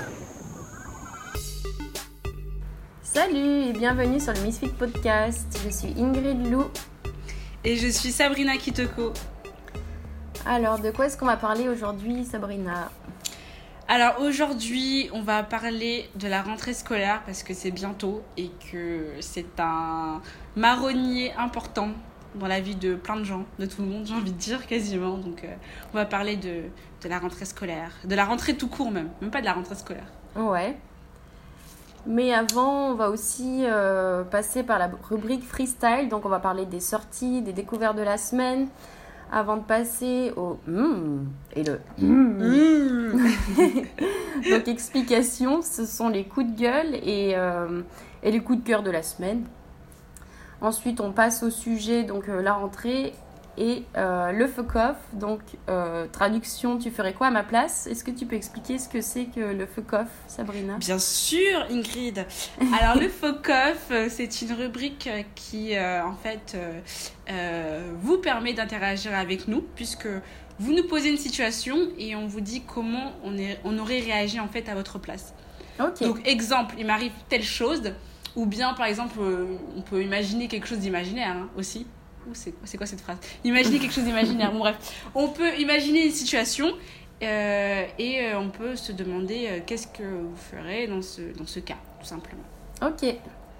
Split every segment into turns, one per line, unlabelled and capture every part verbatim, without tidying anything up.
Salut et bienvenue sur le Misfit Podcast. Je suis Ingrid Lou.
Et je suis Sabrina Kitoko.
Alors, de quoi est-ce qu'on va parler aujourd'hui, Sabrina ?
Alors aujourd'hui, on va parler de la rentrée scolaire parce que c'est bientôt et que c'est un marronnier important dans la vie de plein de gens, de tout le monde, j'ai envie de dire quasiment. Donc euh, on va parler de, de la rentrée scolaire, de la rentrée tout court même, même pas de la rentrée scolaire.
Ouais. Mais avant, on va aussi euh, passer par la rubrique freestyle. Donc on va parler des sorties, des découvertes de la semaine. Avant de passer au mmh et le mmh. Donc explication, ce sont les coups de gueule et, euh, et les coups de cœur de la semaine. Ensuite, on passe au sujet, donc euh, la rentrée et euh, le fuck off. Donc euh, traduction, tu ferais quoi à ma place ? Est-ce que tu peux expliquer ce que c'est que le fuck off, Sabrina ?
Bien sûr, Ingrid. Alors le fuck off, c'est une rubrique qui euh, en fait euh, euh, vous permet d'interagir avec nous puisque vous nous posez une situation et on vous dit comment on, est, on aurait réagi en fait à votre place.
Ok.
Donc exemple, il m'arrive telle chose, ou bien par exemple euh, on peut imaginer quelque chose d'imaginaire hein, aussi. Ouh, c'est, c'est quoi cette phrase ? Imaginer quelque chose d'imaginaire. Bon bref, on peut imaginer une situation euh, et euh, on peut se demander euh, qu'est-ce que vous ferez dans ce, dans ce cas, tout simplement.
Ok.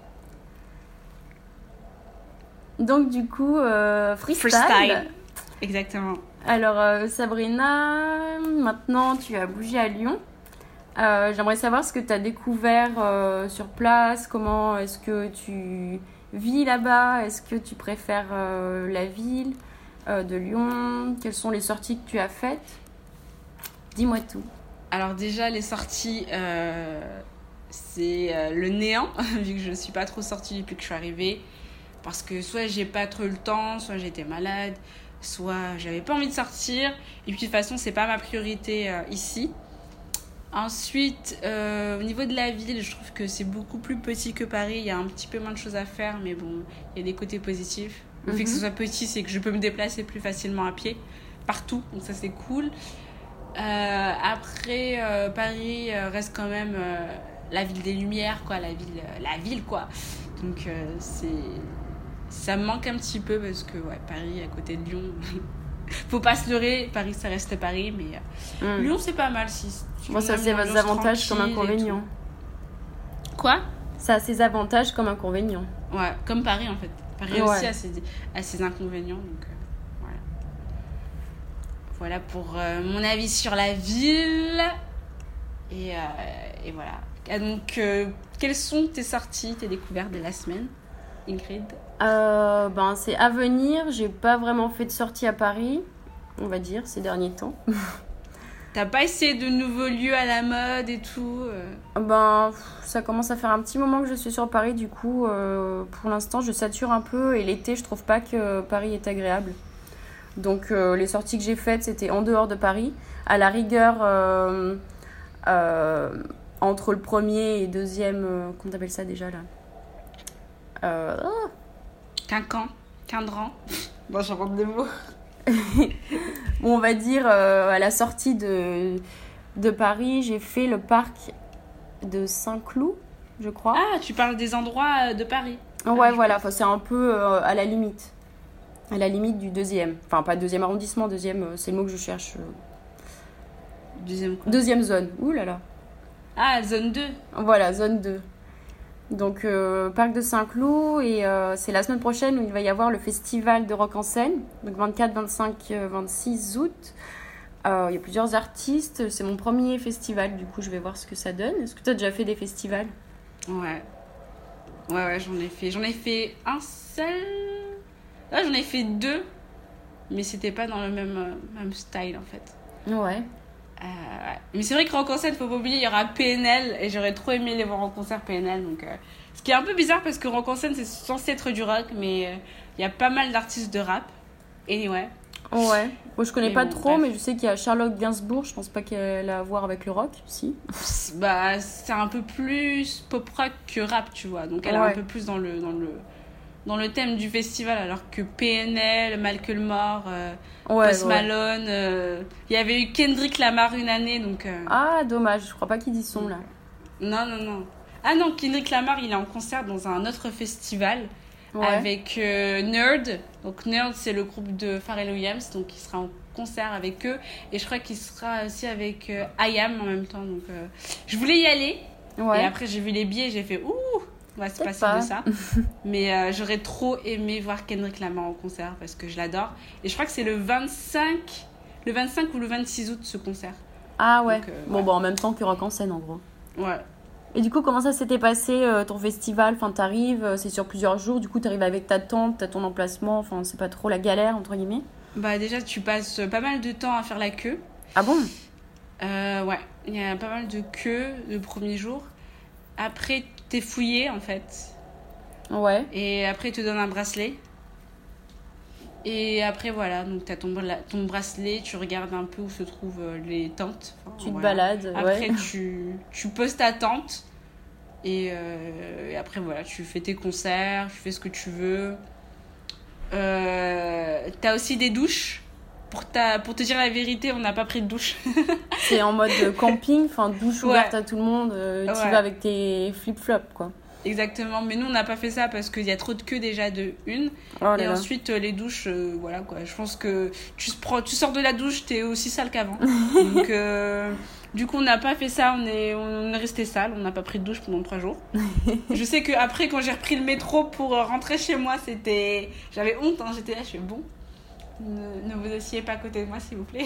Donc du coup, euh, freestyle.
Freestyle. Exactement.
Alors euh, Sabrina, maintenant tu as bougé à Lyon. Euh, j'aimerais savoir ce que tu as découvert euh, sur place. Comment est-ce que tu vis là-bas ? Est-ce que tu préfères euh, la ville euh, de Lyon ? Quelles sont les sorties que tu as faites ? Dis-moi tout.
Alors déjà, les sorties, euh, c'est euh, le néant, vu que je ne suis pas trop sortie depuis que je suis arrivée. Parce que soit j'ai pas trop eu le temps, soit j'étais malade, soit j'avais pas envie de sortir. Et puis de toute façon, c'est pas ma priorité euh, ici. Ensuite, euh, au niveau de la ville, je trouve que c'est beaucoup plus petit que Paris. Il y a un petit peu moins de choses à faire, mais bon, il y a des côtés positifs. Le mm-hmm. fait que ce soit petit, c'est que je peux me déplacer plus facilement à pied, partout. Donc ça, c'est cool. Euh, après, euh, Paris euh, reste quand même euh, la ville des Lumières, quoi. La ville, euh, la ville, quoi. Donc euh, c'est... ça me manque un petit peu parce que, ouais, Paris, à côté de Lyon... Faut pas se leurrer, Paris ça reste Paris, mais euh, mm. Lyon c'est pas mal si.
Bon, ça a ses avantages comme inconvénients.
Quoi ?
Ça a ses avantages comme inconvénients.
Ouais, comme Paris en fait. Paris
ouais.
aussi a ses, a ses inconvénients, donc euh, voilà. Voilà pour euh, mon avis sur la ville. Et, euh, et voilà. Et donc, euh, quelles sont tes sorties, tes découvertes de la semaine, Ingrid ?
Euh, ben, c'est à venir. J'ai pas vraiment fait de sortie à Paris, on va dire, ces derniers temps.
T'as pas essayé de nouveaux lieux à la mode et tout euh...
Ben, ça commence à faire un petit moment que je suis sur Paris. Du coup, euh, pour l'instant, je sature un peu. Et l'été, je trouve pas que Paris est agréable. Donc, euh, les sorties que j'ai faites, c'était en dehors de Paris. À la rigueur, euh, euh, entre le premier et deuxième... Euh, comment t'appelles ça déjà, là euh, oh
Quincan, Quindran. Bon, j'invente des mots.
Bon, on va dire euh, à la sortie de, de Paris, j'ai fait le parc de Saint-Cloud, je crois.
Ah, tu parles des endroits de Paris.
Ouais,
ah,
voilà, c'est un peu euh, à la limite. À la limite du deuxième. Enfin, pas deuxième arrondissement, deuxième, euh, c'est le mot que je cherche.
Deuxième quoi ?
Deuxième zone. Ouh là là.
Ah, zone deux.
Voilà, zone deux. Donc, euh, parc de Saint-Cloud, et euh, c'est la semaine prochaine où il va y avoir le festival de rock en scène, donc vingt-quatre, vingt-cinq, vingt-six août. Euh, il y a plusieurs artistes, c'est mon premier festival, du coup je vais voir ce que ça donne. Est-ce que tu as déjà fait des festivals ?
Ouais. Ouais, ouais, j'en ai fait. J'en ai fait un seul. Là, j'en ai fait deux, mais c'était pas dans le même, euh, même style en fait.
Ouais.
Euh, ouais. Mais c'est vrai que Rock en scène, faut pas oublier, il y aura P N L et j'aurais trop aimé les voir en concert P N L. Donc, euh, ce qui est un peu bizarre parce que Rock en scène c'est censé être du rock, mais euh, il y a pas mal d'artistes de rap. Anyway.
Ouais. Moi je connais mais pas bon, trop, bref. Mais je sais qu'il y a Charlotte Gainsbourg, je pense pas qu'elle a à voir avec le rock, si.
Bah, c'est un peu plus pop rock que rap, tu vois. Donc elle
ouais.
est un peu plus dans le, dans le, dans le thème du festival, alors que P N L, Macklemore, euh,
Ouais,
Post
ouais.
Malone, euh, il y avait eu Kendrick Lamar une année, donc... euh,
Ah, dommage, je crois pas qu'ils y sont là.
Non, non, non. Ah non, Kendrick Lamar, il est en concert dans un autre festival
Ouais.
avec euh, Nerd. Donc Nerd, c'est le groupe de Pharrell Williams, donc il sera en concert avec eux. Et je crois qu'il sera aussi avec euh, I A M en même temps. Donc euh, je voulais y aller.
Ouais.
Et après, j'ai vu les billets, j'ai fait ouh, ouais, c'est
Peut-être
pas
pas.
si de ça. Mais euh, j'aurais trop aimé voir Kendrick Lamar en concert parce que je l'adore. Et je crois que c'est le vingt-cinq, le vingt-cinq ou le vingt-six août ce concert.
Ah ouais.
Donc, euh,
Bon,
ouais.
bah en même temps que Rock en scène en gros.
Ouais.
Et du coup, comment ça s'était passé euh, ton festival? Enfin, t'arrives, euh, c'est sur plusieurs jours. Du coup, t'arrives avec ta tente, t'as ton emplacement. Enfin, c'est pas trop la galère entre guillemets.
Bah déjà, tu passes pas mal de temps à faire la queue.
Ah bon?
Euh, ouais, il y a pas mal de queues le premier jour. Après, t'es fouillé en fait.
Ouais.
Et après, ils te donnent un bracelet. Et après, voilà, donc t'as ton, bra- ton bracelet, tu regardes un peu où se trouvent euh, les tentes. Enfin,
Tu te
voilà.
balades.
Après,
Ouais.
tu, tu poses ta tente. Et, euh, et après, voilà, tu fais tes concerts, tu fais ce que tu veux. Euh, t'as aussi des douches. Pour, ta, pour te dire la vérité, on n'a pas pris de douche.
C'est en mode euh, camping, enfin douche
Ouais.
ouverte à tout le monde. euh, Tu
Ouais.
vas avec tes flip-flops quoi.
Exactement, mais nous, on n'a pas fait ça parce qu'il y a trop de queue déjà de une.
Oh là
Et
là.
ensuite, euh, les douches, euh, voilà quoi. Je pense que tu, se prends, tu sors de la douche, t'es aussi sale qu'avant. Donc, euh, du coup, on n'a pas fait ça, on est, on est resté sale, on n'a pas pris de douche pendant trois jours. Je sais qu'après, quand j'ai repris le métro pour euh, rentrer chez moi, c'était. J'avais honte, hein, j'étais là, je fais bon. Ne, ne vous asseyez pas à côté de moi, s'il vous plaît.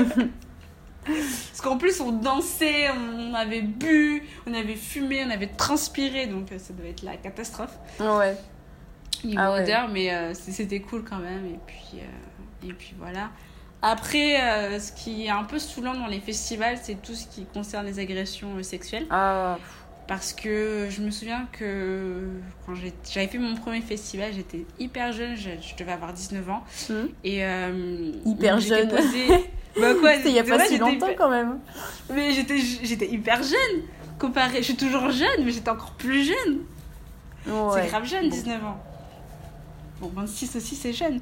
Parce qu'en plus, on dansait, on avait bu, on avait fumé, on avait transpiré, donc euh, ça devait être la catastrophe.
Ouais.
Niveau
Ah ouais.
odeur, mais euh, c- c'était cool quand même. Et puis, euh, et puis voilà. Après, euh, ce qui est un peu saoulant dans les festivals, c'est tout ce qui concerne les agressions euh, sexuelles.
Ah.
Parce que je me souviens que quand j'ai- j'avais fait mon premier festival, j'étais hyper jeune, je, je devais avoir dix-neuf ans.
Hmm.
Et euh,
Hyper
j'étais
jeune.
posée- Bah quoi,
C'était il y a
c'est
pas
vrai,
si
j'étais
longtemps
hyper-
quand même.
Mais j'étais, j'étais hyper jeune comparé. Je suis toujours jeune, mais j'étais encore plus jeune.
Ouais.
C'est grave jeune,
Bon.
dix-neuf ans. Bon, vingt-six aussi, c'est jeune.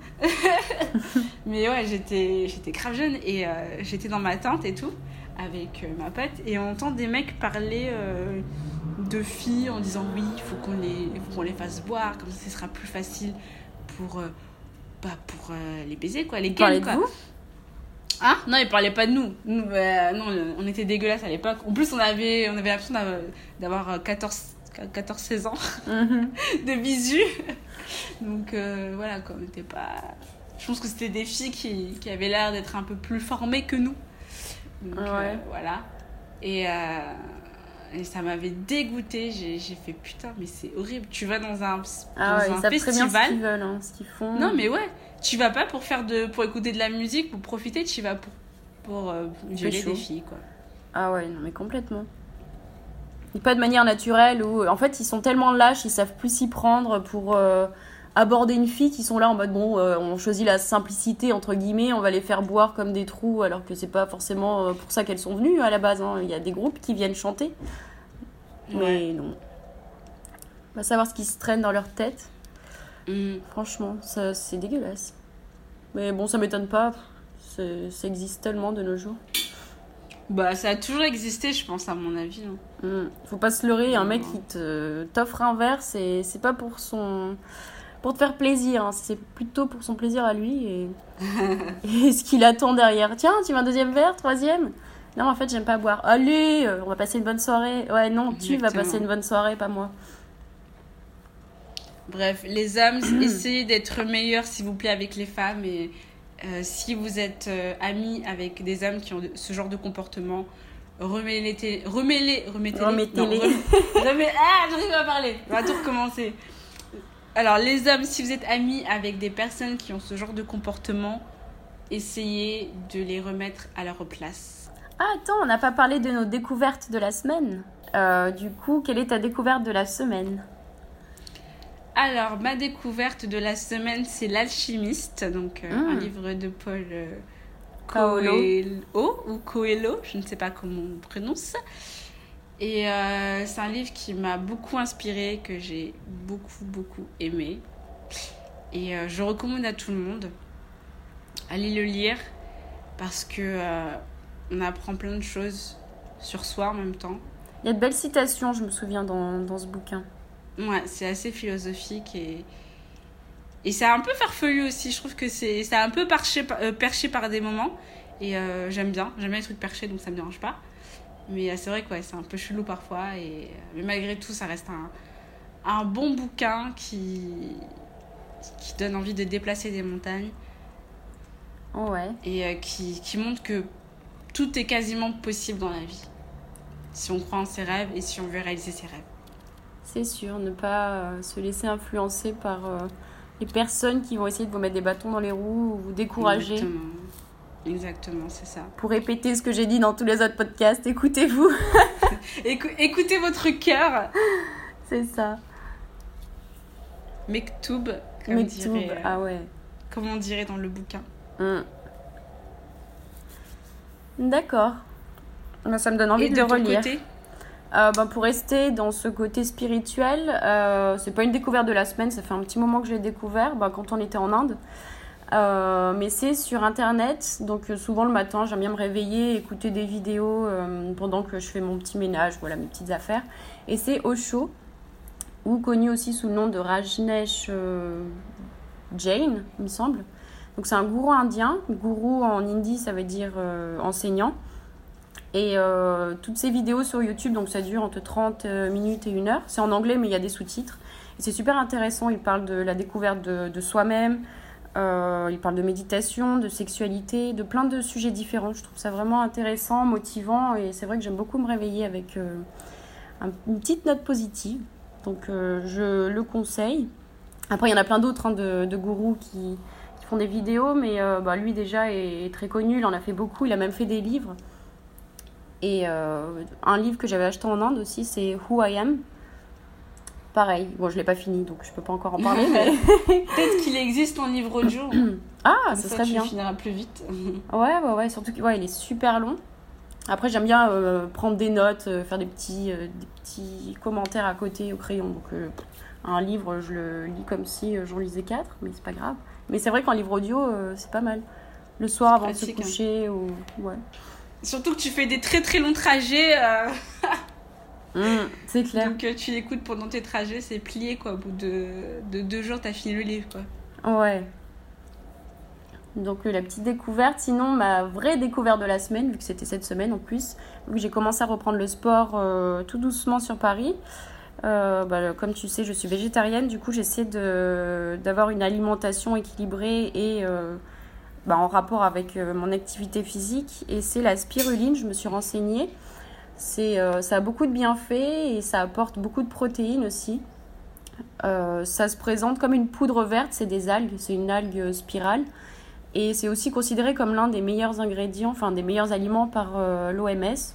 Mais ouais, j'étais, j'étais grave jeune et euh, j'étais dans ma tente et tout, avec euh, ma pote, et on entend des mecs parler euh, de filles en disant oui, il faut qu'on les, faut qu'on les fasse boire, comme ça ce sera plus facile pour, euh, bah, pour euh, les baiser, quoi, les
Parlez
gains,
de
quoi.
vous?
Hein? Non, ils parlaient pas de nous. Nous, euh, non, on était dégueulasses à l'époque. En plus, on avait, on avait l'impression d'avoir, d'avoir quatorze, quatorze seize ans
Mhm.
de visu. Donc euh, voilà, quoi, on n'était pas. Je pense que c'était des filles qui, qui avaient l'air d'être un peu plus formées que nous. Donc
Ouais.
euh, voilà. Et, euh, et ça m'avait dégoûtée. J'ai, j'ai fait putain, mais c'est horrible. Tu vas dans un,
Ah
dans
ouais, ils
un
savent très bien ce
festival.
qu'ils veulent, hein, ce qu'ils font.
Non, mais ouais, tu vas pas pour faire de, pour écouter de la musique, pour profiter, tu vas pour, pour euh, violer
chaud.
des filles, quoi.
Ah ouais, non mais complètement. Et pas de manière naturelle ou en fait ils sont tellement lâches, ils savent plus s'y prendre pour euh, aborder une fille qui sont là en mode bon, euh, on choisit la simplicité entre guillemets, on va les faire boire comme des trous alors que c'est pas forcément euh, pour ça qu'elles sont venues à la base. Hein. Il y a des groupes qui viennent chanter, mais
Ouais.
non. On va savoir ce qui se traîne dans leur tête.
Mm.
Franchement, ça, c'est dégueulasse. Mais bon, ça m'étonne pas. C'est- ça existe tellement de nos jours.
Bah, ça a toujours existé, je pense, à mon avis. Hein.
Mm. Faut pas se leurrer, un mec qui te, t'offre un verre, c'est, c'est pas pour son pour te faire plaisir, hein. C'est plutôt pour son plaisir à lui et, et ce qu'il attend derrière. Tiens, tu veux un deuxième verre, troisième? Non, en fait, j'aime pas boire. Allez, euh, on va passer une bonne soirée. Ouais, non, tu vas
Exactement.
passer une bonne soirée, pas moi.
Bref, les hommes, essayez d'être meilleurs, s'il vous plaît, avec les femmes. Et euh, si vous êtes euh, amis avec des hommes qui ont de- ce genre de comportement, remettez-les. Remettez-les. Remettez-les.
Remettez-les.
Non, rem- remet- Ah, j'arrive pas à parler. On va tout recommencer. Alors, les hommes, si vous êtes amis avec des personnes qui ont ce genre de comportement, essayez de les remettre à leur place.
Ah, attends, on n'a pas parlé de nos découvertes de la semaine. Euh, du coup, quelle est ta découverte de la semaine?
Alors, ma découverte de la semaine, c'est L'Alchimiste, donc euh,
Mm.
un livre de Paul euh,
Coelho.
Coelho, ou Coelho, je ne sais pas comment on prononce. Et euh, c'est un livre qui m'a beaucoup inspirée, que j'ai beaucoup, beaucoup aimé. Et euh, je recommande à tout le monde. Allez le lire parce que euh, on apprend plein de choses sur soi en même temps.
Il y a de belles citations, je me souviens, dans, dans ce bouquin.
Ouais, c'est assez philosophique et, et c'est un peu farfelu aussi. Je trouve que c'est, c'est un peu perché, euh, perché par des moments. Et euh, j'aime bien, j'aime bien les trucs perchés, donc ça me dérange pas. Mais euh, c'est vrai que ouais, c'est un peu chelou parfois. Et, euh, mais malgré tout, ça reste un, un bon bouquin qui, qui donne envie de déplacer des montagnes.
Ouais.
Et euh, qui, qui montre que tout est quasiment possible dans la vie. Si on croit en ses rêves et si on veut réaliser ses rêves.
C'est sûr, ne pas euh, se laisser influencer par euh, les personnes qui vont essayer de vous mettre des bâtons dans les roues ou vous décourager.
Exactement. Exactement, c'est ça.
Pour répéter ce que j'ai dit dans tous les autres podcasts, écoutez-vous.
Écou- écoutez votre cœur.
C'est ça.
Mektoub, comme,
Mektoub,
dirait, euh,
ah ouais.
comme on dirait dans le bouquin.
Mm. D'accord. Ben, ça me donne envie
Et
de,
de
le
ton
relire.
côté
Euh, ben, pour rester dans ce côté spirituel, euh, c'est pas une découverte de la semaine, ça fait un petit moment que je l'ai découvert, ben, quand on était en Inde. Euh, mais c'est sur internet, donc euh, souvent le matin j'aime bien me réveiller, écouter des vidéos euh, pendant que je fais mon petit ménage, voilà mes petites affaires. Et c'est Osho, ou connu aussi sous le nom de Rajneesh euh, Jain, il me semble. Donc c'est un gourou indien, gourou en hindi ça veut dire euh, enseignant. Et euh, toutes ces vidéos sur YouTube, donc ça dure entre trente minutes et une heure. C'est en anglais mais il y a des sous-titres. Et c'est super intéressant, il parle de la découverte de, de soi-même. Euh, il parle de méditation, de sexualité, de plein de sujets différents. Je trouve ça vraiment intéressant, motivant et c'est vrai que j'aime beaucoup me réveiller avec euh, un, une petite note positive. Donc euh, je le conseille. Après il y en a plein d'autres hein, de, de gourous qui, qui font des vidéos, mais euh, bah, lui déjà est, est très connu, il en a fait beaucoup, il a même fait des livres. Et euh, un livre que j'avais acheté en Inde aussi, c'est Who I Am. Pareil, bon je l'ai pas fini donc je peux pas encore en parler mais
peut-être qu'il existe en livre audio.
Ah,
Comme
ça,
ça
serait
tu
bien.
finiras plus vite.
Ouais, ouais, ouais, surtout qu'il ouais, il est super long. Après, j'aime bien euh, prendre des notes, euh, faire des petits, euh, des petits commentaires à côté au crayon. Donc, euh, un livre, je le lis comme si euh, j'en lisais quatre, mais c'est pas grave. Mais c'est vrai qu'en livre audio, euh, c'est pas mal. Le soir, avant
pratique,
de se coucher, hein. ou... ouais.
Surtout que tu fais des très très longs trajets. Euh...
Mmh, c'est clair.
Donc, euh, tu l'écoutes pendant tes trajets, c'est plié quoi. Au bout de, de deux jours, t'as fini le livre quoi.
Ouais. Donc euh, la petite découverte, sinon ma vraie découverte de la semaine, vu que c'était cette semaine en plus, vu que j'ai commencé à reprendre le sport euh, tout doucement sur Paris. Euh, bah, comme tu sais, je suis végétarienne, du coup j'essaie de, d'avoir une alimentation équilibrée et euh, bah, en rapport avec euh, mon activité physique. Et c'est la spiruline, je me suis renseignée. C'est, euh, ça a beaucoup de bienfaits et ça apporte beaucoup de protéines aussi. Euh, ça se présente comme une poudre verte, c'est des algues, c'est une algue spirale. Et c'est aussi considéré comme l'un des meilleurs ingrédients, enfin des meilleurs aliments par euh, l'O M S.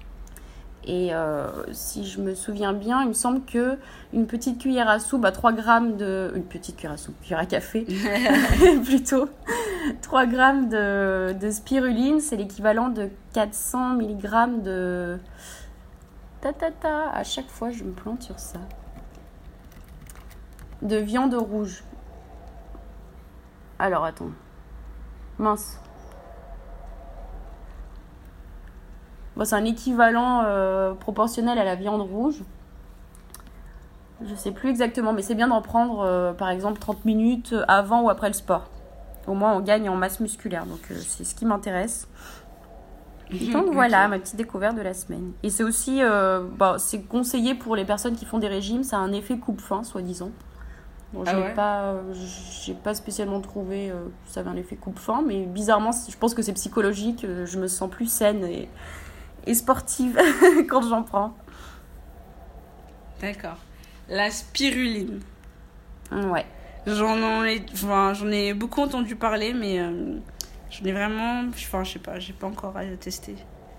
Et euh, si je me souviens bien, il me semble qu'une petite cuillère à soupe, bah, trois grammes de... Une petite cuillère à soupe, cuillère à café, plutôt. trois grammes de, de spiruline, c'est l'équivalent de quatre cents milligrammes de... Ta, ta, ta. À chaque fois, je me plante sur ça. De viande rouge. Alors, attends. Mince. Bon, c'est un équivalent euh, proportionnel à la viande rouge. Je sais plus exactement, mais c'est bien d'en prendre euh, par exemple trente minutes avant ou après le sport. Au moins on gagne en masse musculaire, donc euh, c'est ce qui m'intéresse. Donc
Okay.
voilà, ma petite découverte de la semaine. Et c'est aussi, euh, bah, c'est conseillé pour les personnes qui font des régimes, ça a un effet coupe-faim, soi-disant. Bon, je
Ah
n'ai
ouais.
pas, j'ai pas spécialement trouvé euh, que ça avait un effet coupe-faim, mais bizarrement, je pense que c'est psychologique. euh, Je me sens plus saine et, et sportive quand j'en prends.
D'accord. La spiruline.
Ouais.
J'en ai, enfin, j'en ai beaucoup entendu parler, mais euh, j'en ai vraiment... Enfin, je sais pas, j'ai pas encore à tester.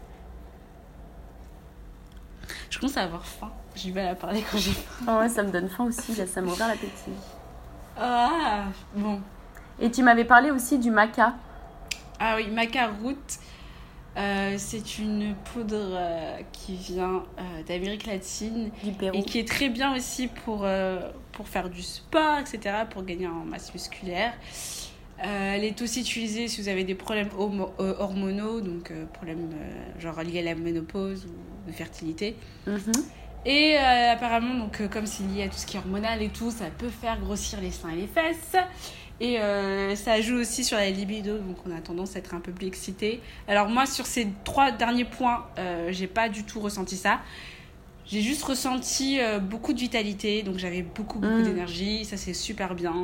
Je commence à avoir faim. J'ai vais à la parler quand j'ai faim.
Oh ouais, ça me donne faim aussi, là, ça m'a ouvert l'appétit.
Ah, bon.
Et tu m'avais parlé aussi du maca.
Ah oui, maca root. Euh, c'est une poudre euh, qui vient euh, d'Amérique latine
Du Pérou.
et qui est très bien aussi pour, euh, pour faire du sport, et cetera, pour gagner en masse musculaire. Euh, elle est aussi utilisée si vous avez des problèmes homo- euh, hormonaux, donc euh, problèmes euh, genre liés à la ménopause ou de fertilité.
Mm-hmm.
Et euh, apparemment, donc, euh, comme c'est lié à tout ce qui est hormonal et tout, ça peut faire grossir les seins et les fesses. Et euh, ça joue aussi sur la libido, donc on a tendance à être un peu plus excité. Alors moi, sur ces trois derniers points, euh, j'ai pas du tout ressenti ça. J'ai juste ressenti euh, beaucoup de vitalité, donc j'avais beaucoup, beaucoup
Mm.
d'énergie. Ça, c'est super bien.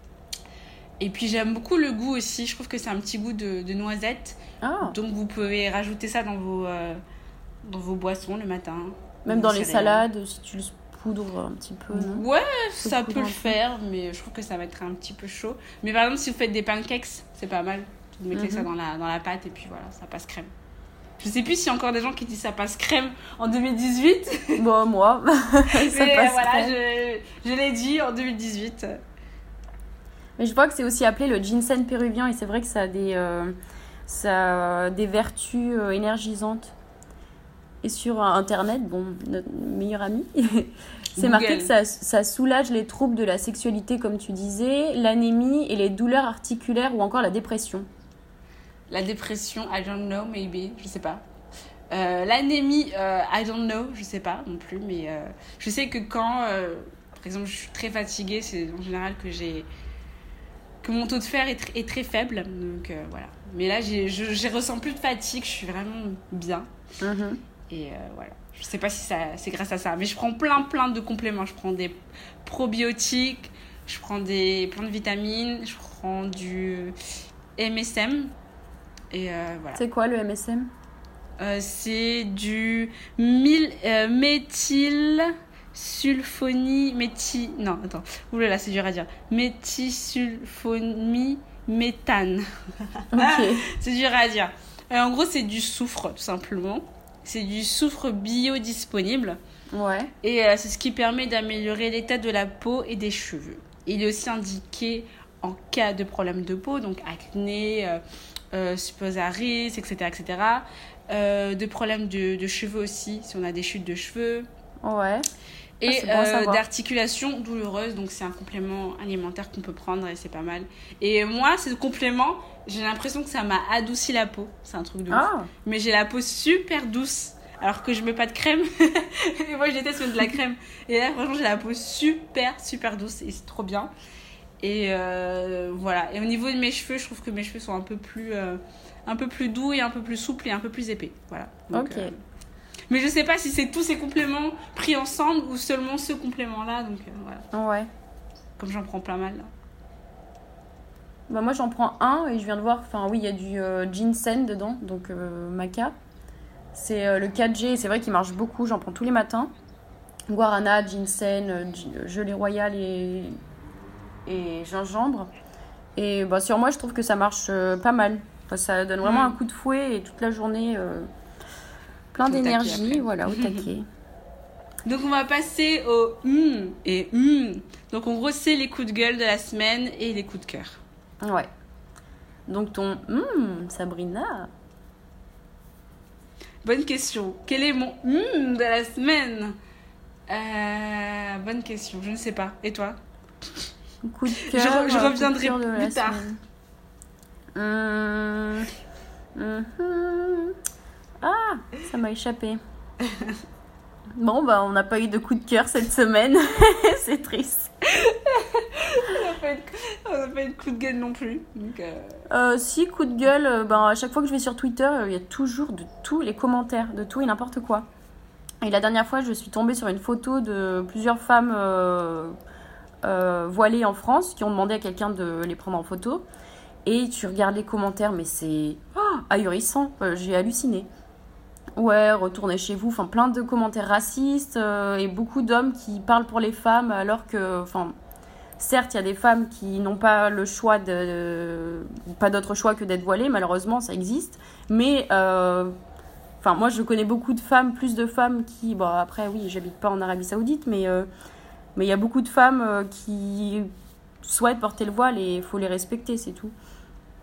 Et puis j'aime beaucoup le goût aussi. Je trouve que c'est un petit goût de, de noisette.
Ah,
Donc vous pouvez rajouter ça dans vos, euh, dans vos boissons le matin.
même
vos
dans les
céréales.
salades, si tu le poudres un petit peu, non?
Ouais, ça
poudre
peut
un
le
peu.
faire, mais je trouve que ça va être un petit peu chaud. Mais par exemple, si vous faites des pancakes, c'est pas mal. Vous mettez
Mhm.
ça dans la, dans la pâte et puis voilà, ça passe crème. Je sais plus s'il y a encore des gens qui disent ça passe crème en deux mille dix-huit.
Bon, moi, ça
Mais
passe
voilà,
crème.
je, je l'ai dit en deux mille dix-huit.
Mais je vois que c'est aussi appelé le ginseng péruvien et c'est vrai que ça a des, euh, ça a des vertus euh, énergisantes. Et sur euh, Internet, bon, notre meilleur ami, c'est
Google.
marqué que ça, ça soulage les troubles de la sexualité, comme tu disais, l'anémie et les douleurs articulaires ou encore la dépression.
La dépression, I don't know, maybe, je sais pas. Euh, L'anémie, euh, I don't know, je sais pas non plus, mais euh, je sais que quand, euh, par exemple, je suis très fatiguée, c'est en général que j'ai que mon taux de fer est, tr- est très faible, donc euh, voilà. Mais là, j'ai, je, je ressens plus de fatigue, je suis vraiment bien,
Mhm.
et euh, voilà. Je sais pas si ça, c'est grâce à ça, mais je prends plein, plein de compléments. Je prends des probiotiques, je prends des, plein de vitamines, je prends du M S M, et euh, voilà.
C'est quoi le M S M?
Euh, c'est du mil, euh, méthylsulfonie méthi non attends oulala c'est dur à dire méthylsulfonie méthane.
Ok.
C'est dur à dire. Euh, en gros c'est du soufre tout simplement, c'est du soufre biodisponible
Ouais.
et euh, c'est ce qui permet d'améliorer l'état de la peau et des cheveux. Il est aussi indiqué en cas de problème de peau, donc acné, euh, euh, sposaris, et cetera, et cetera. Euh, de problèmes de, de cheveux aussi, si on a des chutes de cheveux.
Ouais.
Et
Ah, c'est bon à
euh,
savoir.
d'articulation douloureuse, donc c'est un complément alimentaire qu'on peut prendre et c'est pas mal. Et moi, ce complément, j'ai l'impression que ça m'a adouci la peau. C'est un truc de ouf.
Ah,
Mais j'ai la peau super douce, alors que je mets pas de crème. Et moi, je déteste mettre de la crème. Et là, franchement, j'ai la peau super, super douce et c'est trop bien. Et euh, voilà. Et au niveau de mes cheveux, je trouve que mes cheveux sont un peu plus, euh, un peu plus doux et un peu plus souples et un peu plus épais. Voilà. Donc,
ok.
euh, mais je sais pas si c'est tous ces compléments pris ensemble ou seulement ce complément-là. Donc euh, voilà.
Ouais.
Comme j'en prends plein mal. Là.
Bah moi j'en prends un et je viens de voir, enfin oui il y a du euh, ginseng dedans, donc euh, maca. C'est euh, le quatre G, c'est vrai qu'il marche beaucoup, j'en prends tous les matins. Guarana, ginseng, euh, gi- gelée royale et, et gingembre. Et bah, sur moi je trouve que ça marche euh, pas mal. Enfin, ça donne vraiment
Mm.
un coup de fouet et toute la journée euh, plein
Au taquet
d'énergie,
après.
voilà, au taquet.
Donc on va passer au hum et hum. Donc en gros c'est les coups de gueule de la semaine et les coups de cœur.
Ouais. Donc ton hum, Sabrina.
Bonne question. Quel est mon hum de la semaine? Euh, bonne question. Je ne sais pas. Et toi?
Coup de
Je
cœur.
re- je
euh, coup de
reviendrai
cœur de la
plus tard.
semaine. Hum, mhm. Ah, ça m'a échappé. Bon, bah, on n'a pas eu de coup de cœur cette semaine. C'est triste.
On n'a pas, eu de- on n'a pas eu de coup de gueule non plus. Donc, euh,
Euh, si, coup de gueule, euh, ben, à chaque fois que je vais sur Twitter, euh, il y a toujours de tous les commentaires, de tout et n'importe quoi. Et la dernière fois, je suis tombée sur une photo de plusieurs femmes euh, euh, voilées en France qui ont demandé à quelqu'un de les prendre en photo. Et tu regardes les commentaires, mais c'est oh, ahurissant. Euh, j'ai halluciné. Ouais, retournez chez vous. Enfin, plein de commentaires racistes euh, et beaucoup d'hommes qui parlent pour les femmes alors que, enfin, certes, il y a des femmes qui n'ont pas le choix de, de- pas d'autre choix que d'être voilées. Malheureusement, ça existe. Mais, euh, enfin, moi, je connais beaucoup de femmes, plus de femmes qui, bon, après, oui, j'habite pas en Arabie Saoudite, mais euh, mais il y a beaucoup de femmes euh, qui souhaitent porter le voile et il faut les respecter, c'est tout.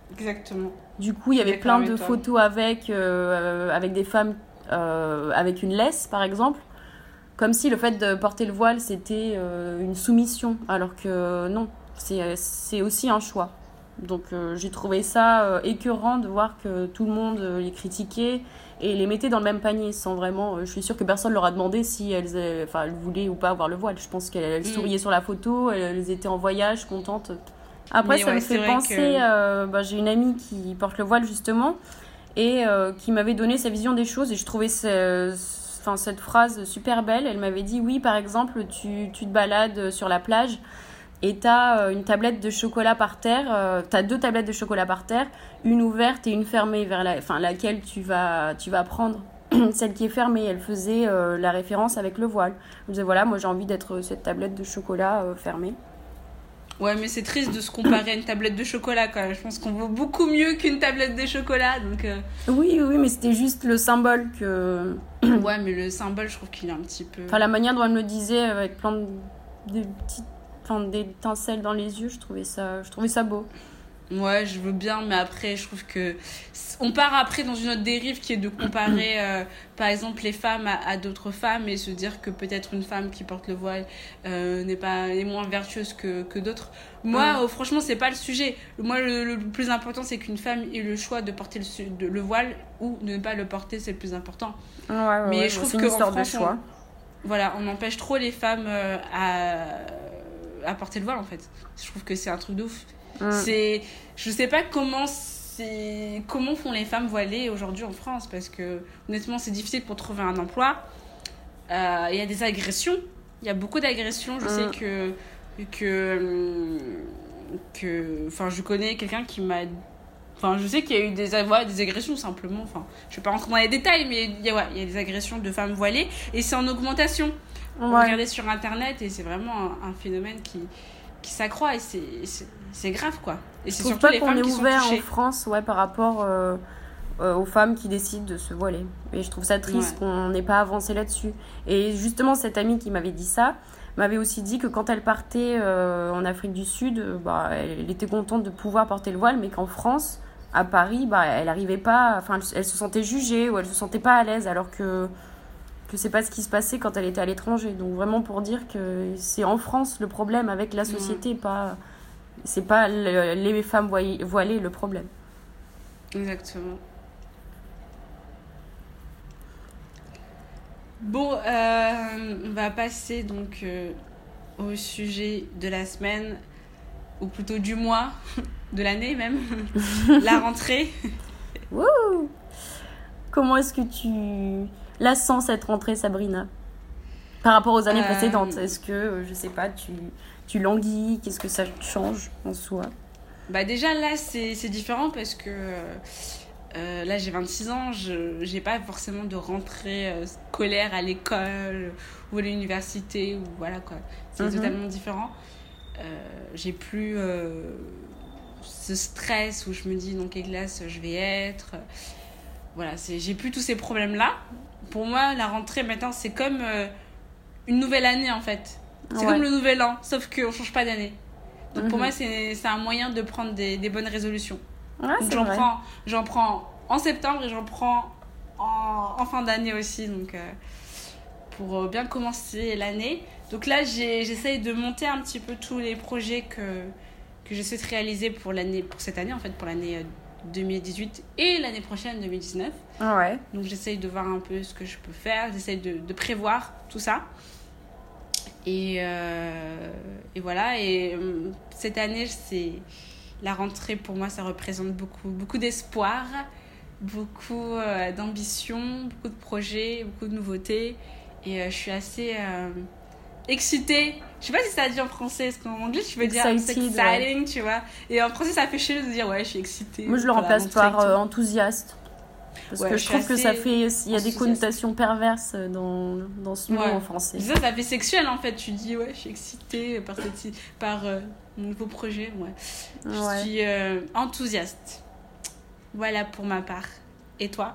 Exactement.
Du coup, il y avait
D'accord
plein
avec
de
toi.
photos avec, euh, avec des femmes euh, avec une laisse, par exemple. Comme si le fait de porter le voile, c'était euh, une soumission. Alors que non, c'est, c'est aussi un choix. Donc euh, j'ai trouvé ça euh, écœurant de voir que tout le monde euh, les critiquait et les mettait dans le même panier sans vraiment... euh, je suis sûre que personne leur a demandé si elles, euh, enfin, elles voulaient ou pas avoir le voile. Je pense qu'elles elles
Mm.
souriaient sur la photo, elles, elles étaient en voyage, contentes. Après,
Mais
ça me
ouais, c'est
fait
vrai
penser...
que.
euh, bah, j'ai une amie qui porte le voile justement et euh, qui m'avait donné sa vision des choses et je trouvais ce- enfin, cette phrase super belle. Elle m'avait dit, oui, par exemple, tu, tu te balades sur la plage et t'as euh, une tablette de chocolat par terre, euh, t'as deux tablettes de chocolat par terre, une ouverte et une fermée, vers la, enfin, laquelle tu vas, tu vas prendre. Celle qui est fermée, elle faisait euh, la référence avec le voile. Je disais, voilà, moi j'ai envie d'être cette tablette de chocolat euh, fermée.
Ouais, mais c'est triste de se comparer à une tablette de chocolat quand même. Je pense qu'on vaut beaucoup mieux qu'une tablette de chocolat. Donc, euh,
Oui, oui, mais c'était juste le symbole que...
ouais, mais le symbole, je trouve qu'il est un petit peu.
Enfin, la manière dont elle me le disait, avec plein de, de petites... Enfin, d'étincelles dans les yeux, je trouvais ça, je trouvais ça beau.
Ouais, je veux bien, mais après, je trouve que. On part après dans une autre dérive qui est de comparer, euh, par exemple, les femmes à, à d'autres femmes et se dire que peut-être une femme qui porte le voile euh, n'est pas est moins vertueuse que, que d'autres. Moi,
Mm.
euh, franchement, c'est pas le sujet. Moi, le, le plus important, c'est qu'une femme ait le choix de porter le, su- de- le voile ou de ne pas le porter, c'est le plus important.
Ouais, ouais,
Mais
ouais,
je
bon,
trouve
c'est une
qu'en
histoire de
France, on,
choix.
voilà, on empêche trop les femmes euh, à, à porter le voile, en fait. Je trouve que c'est un truc de ouf.
Mm.
C'est, je sais pas comment c'est, comment font les femmes voilées aujourd'hui en France, parce que honnêtement c'est difficile pour trouver un emploi. Euh, Il y a des agressions, il y a beaucoup d'agressions. Je
Mm.
sais que que que, enfin, je connais quelqu'un qui m'a, enfin, je sais qu'il y a eu des, ouais, des agressions simplement. Enfin, je vais pas rentrer dans les détails, mais il y a, ouais, il y a des agressions de femmes voilées et c'est en augmentation. On
Ouais.
regardait sur internet et c'est vraiment un, un phénomène qui qui s'accroît et c'est, c'est, c'est grave quoi. Et
Je
c'est
trouve
surtout
pas
les
qu'on
femmes
est
qui sont
ouvert en
touchées.
France, ouais, par rapport euh, euh, aux femmes qui décident de se voiler. Et je trouve ça triste
Ouais.
qu'on n'ait pas avancé là-dessus. Et justement, cette amie qui m'avait dit ça m'avait aussi dit que quand elle partait euh, en Afrique du Sud, euh, bah, elle, elle était contente de pouvoir porter le voile, mais qu'en France, à Paris, bah, elle arrivait pas, enfin, elle, elle se sentait jugée ou elle se sentait pas à l'aise, alors que que c'est pas ce qui se passait quand elle était à l'étranger. Donc vraiment pour dire que c'est en France le problème avec la société, pas c'est pas le- les femmes voy- voilées le problème.
Exactement. Bon, euh, on va passer donc euh, au sujet de la semaine, ou plutôt du mois, de l'année même, la rentrée.
Wouh! Comment est-ce que tu la sens cette rentrée, Sabrina, par rapport aux années
Euh,
précédentes? Est-ce que, euh, je sais pas, tu, tu languis? Qu'est-ce que ça change en soi?
Bah déjà là c'est, c'est différent parce que euh, là j'ai vingt-six ans, je j'ai pas forcément de rentrée euh, scolaire à l'école ou à l'université ou voilà quoi. C'est
Mhm.
totalement différent. Euh, j'ai plus euh, ce stress où je me dis dans quelle classe je vais être. Voilà, c'est, j'ai plus tous ces problèmes là. Pour moi la rentrée maintenant c'est comme euh, une nouvelle année en fait. C'est
Ouais.
comme le nouvel an, sauf qu'on change pas d'année. Donc pour
Mhm.
moi, c'est, c'est un moyen de prendre des, des bonnes résolutions.
Ouais,
Donc
c'est
j'en
vrai.
prends, j'en prends en septembre et j'en prends en, en fin d'année aussi. Donc euh, pour euh, bien commencer l'année. Donc là, j'ai, j'essaye de monter un petit peu tous les projets que, que je souhaite réaliser pour, l'année, pour cette année, en fait, pour l'année euh, deux mille dix-huit et l'année prochaine, deux mille dix-neuf.
Ouais.
Donc j'essaye de voir un peu ce que je peux faire, j'essaye de, de prévoir tout ça. Et, euh, et voilà, et euh, cette année, c'est la rentrée pour moi, ça représente beaucoup, beaucoup d'espoir, beaucoup euh, d'ambition, beaucoup de projets, beaucoup de nouveautés. Et euh, je suis assez euh, excitée. Je sais pas si ça dit en français, parce qu'en anglais, tu veux dire
Excited,
it's exciting, tu vois. Et en français, ça fait chier de dire ouais, je suis excitée.
Moi, je le
pour la
remplace
rentrée et
par
tout.
euh, enthousiaste. Parce
Ouais,
que
je
je
suis
trouve que ça
assez
fait. Il y a des
enthousiaste.
connotations perverses dans, dans ce mot
Ouais.
en français.
Ça, ça fait sexuel en fait. Tu dis, ouais, je suis excitée par, cette, par euh, mon nouveau projet. Ouais. Je
Ouais.
suis euh, enthousiaste. Voilà pour ma part. Et toi?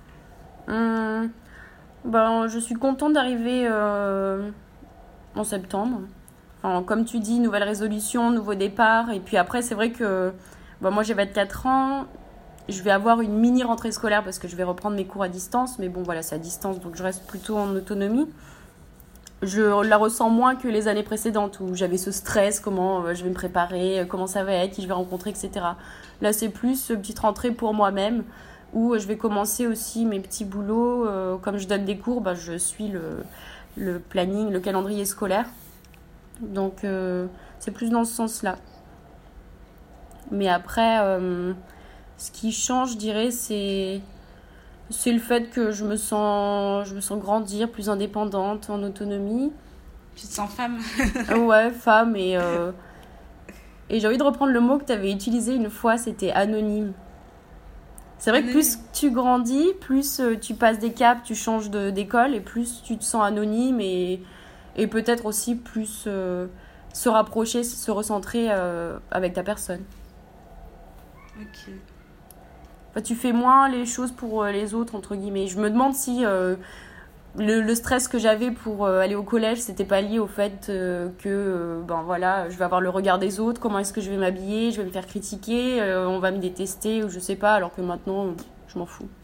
Hum, ben, je suis contente d'arriver euh, en septembre. Enfin, comme tu dis, nouvelle résolution, nouveau départ. Et puis après, c'est vrai que Bon, moi, j'ai vingt-quatre ans. Je vais avoir une mini rentrée scolaire parce que je vais reprendre mes cours à distance. Mais bon, voilà, c'est à distance, donc je reste plutôt en autonomie. Je la ressens moins que les années précédentes où j'avais ce stress, comment euh, je vais me préparer, euh, comment ça va être, qui je vais rencontrer, et cetera. Là, c'est plus une petite rentrée pour moi-même où je vais commencer aussi mes petits boulots. Euh, comme je donne des cours, bah, je suis le, le planning, le calendrier scolaire. Donc, euh, c'est plus dans ce sens-là. Mais après, euh, ce qui change, je dirais, c'est, c'est le fait que je me sens, je me sens grandir, plus indépendante, en autonomie.
Tu te sens femme?
Ouais, femme. Et, euh, et j'ai envie de reprendre le mot que tu avais utilisé une fois, c'était anonyme. C'est vrai
Anonyme.
que plus tu grandis, plus euh, tu passes des caps, tu changes de, d'école, et plus tu te sens anonyme et, et peut-être aussi plus euh, se rapprocher, se recentrer euh, avec ta personne.
Ok.
Enfin, tu fais moins les choses pour euh, les autres, entre guillemets. Je me demande si euh, le, le stress que j'avais pour euh, aller au collège, c'était pas lié au fait euh, que euh, ben voilà, je vais avoir le regard des autres, comment est-ce que je vais m'habiller, je vais me faire critiquer, euh, on va me détester ou je sais pas, alors que maintenant, je m'en fous.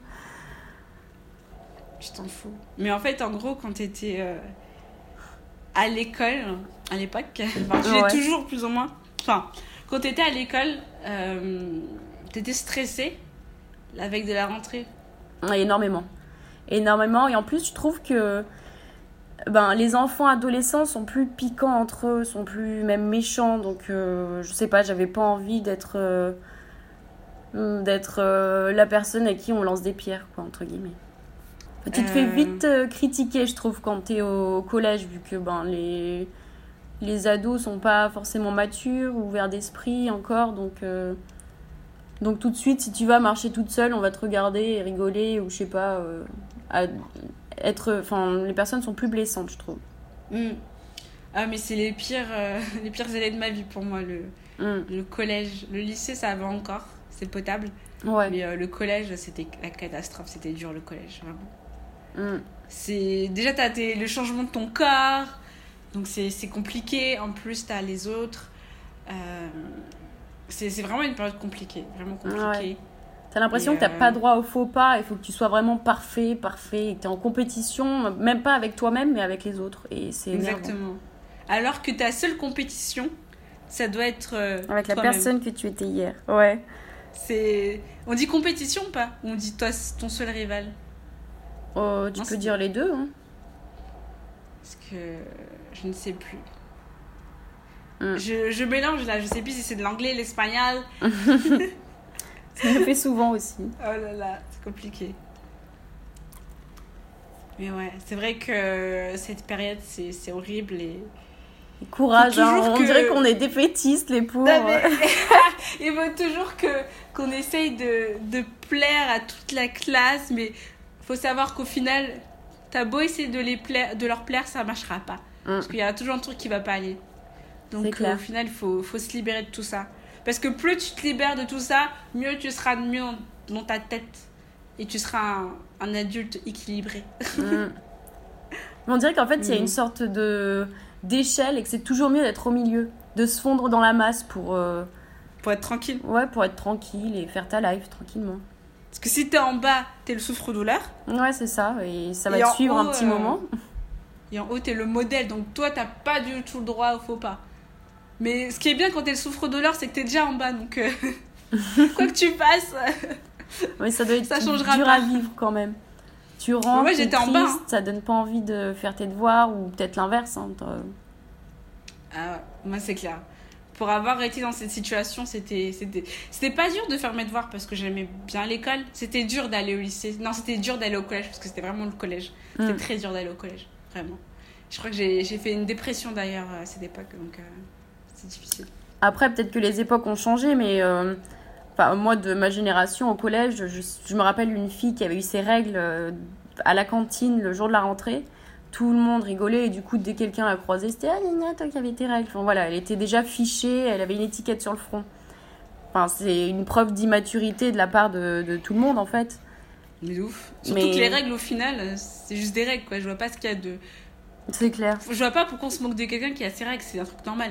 Je t'en fous. Mais en fait, en gros, quand t'étais euh, à l'école, à l'époque, enfin, tu l'es
Ouais.
toujours plus ou moins. Enfin, quand t'étais à l'école, euh, t'étais stressée la veille de la rentrée.
Ouais, énormément. Énormément. Et en plus, je trouve que ben, les enfants adolescents sont plus piquants entre eux, sont plus même méchants. Donc, euh, je sais pas, j'avais pas envie d'être, euh, d'être euh, la personne à qui on lance des pierres, quoi, entre guillemets. Enfin, tu te fais
Euh,
vite euh, critiquer, je trouve, quand t'es au collège, vu que ben, les, les ados sont pas forcément matures, ouverts d'esprit encore. Donc, euh, donc, tout de suite, si tu vas marcher toute seule, on va te regarder et rigoler, ou je sais pas. euh, à être, enfin, les personnes sont plus blessantes, je trouve.
hmm. Ah, mais c'est les pires, euh, les pires années de ma vie pour moi. Le,
Mm.
le collège, le lycée, ça va encore, c'est potable.
Ouais.
Mais euh, le collège, c'était la catastrophe. C'était dur, le collège, vraiment.
Mm.
C'est déjà t'as tes- le changement de ton corps, donc c'est c'est compliqué. En plus t'as les autres. Euh, c'est c'est vraiment une période compliquée, vraiment compliquée.
Ouais. T'as l'impression
Et,
que t'as
euh,
pas droit au faux pas, il faut que tu sois vraiment parfait, parfait, et que t'es en compétition, même pas avec toi-même, mais avec les autres. Et c'est énervant.
Exactement. Alors que ta seule compétition, ça doit être euh,
Avec la
toi-même.
personne que tu étais hier. Ouais.
C'est on dit compétition ou pas? Ou on dit toi ton seul rival?
Oh, tu
Non,
peux
c'est-
dire les deux, hein.
Parce que je ne sais plus.
Mm.
Je, je mélange là, je sais plus si c'est de l'anglais, l'espagnol.
Ça me fait souvent aussi.
Oh là là, c'est compliqué. Mais ouais, c'est vrai que cette période, c'est, c'est horrible. Et...
Courage,
Faut
hein.
toujours
On
que-
dirait qu'on est défaitistes, les pauvres.
Non, mais... Il faut toujours que, qu'on essaye de, de plaire à toute la classe, mais faut savoir qu'au final, t'as beau essayer de, les plaire, de leur plaire, ça marchera pas.
Mm.
Parce qu'il y a toujours un truc qui va pas aller.
C'est
Donc
clair.
euh, au final, il faut, faut se libérer de tout ça. Parce que plus tu te libères de tout ça, mieux tu seras mieux dans, dans ta tête. Et tu seras un, un adulte équilibré.
Mm. On dirait qu'en fait, il y a
Mm.
une sorte de d'échelle et que c'est toujours mieux d'être au milieu, de se fondre dans la masse pour, euh,
Pour être tranquille.
ouais, pour être tranquille et faire ta life tranquillement.
Parce que si t'es en bas, t'es le souffre-douleur.
Ouais, c'est ça, et ça va
Et
te
en
suivre
haut,
un petit
euh,
moment.
Et en haut, t'es le modèle. Donc toi, t'as pas du tout le droit au faux pas. Mais ce qui est bien quand t'es le souffre-douleur, c'est que t'es déjà en bas. Donc euh, quoi que tu fasses.
Mais ça doit être
Ça changera
dur
pas.
à vivre quand même. Tu rentres,
moi,
t'es
j'étais en
triste,
bas, hein.
ça donne pas envie de faire tes devoirs, ou peut-être l'inverse. Hein, t'as-
Ah ouais, moi c'est clair. Pour avoir été dans cette situation, c'était, c'était, c'était pas dur de faire mes devoirs parce que j'aimais bien l'école. C'était dur d'aller au lycée. Non, c'était dur d'aller au collège parce que c'était vraiment le collège. C'était
Mm.
très dur d'aller au collège, vraiment. Je crois que j'ai, j'ai fait une dépression d'ailleurs à cette époque, donc euh, c'est difficile.
Après, peut-être que les époques ont changé, mais euh, enfin, moi, de ma génération au collège, je, je me rappelle une fille qui avait eu ses règles euh, à la cantine le jour de la rentrée. Tout le monde rigolait et du coup, dès que quelqu'un la croisait, c'était « Ah, Nina, toi qui avais tes règles ». Enfin voilà, elle était déjà fichée, elle avait une étiquette sur le front. Enfin, c'est une preuve d'immaturité de la part de, de tout le monde, en fait.
Mais ouf. Surtout
Mais-
que les règles, au final, c'est juste des règles, quoi. Je vois pas ce qu'il y a de...
C'est clair.
Je vois pas pourquoi on se moque de quelqu'un qui a ses règles, c'est un truc normal.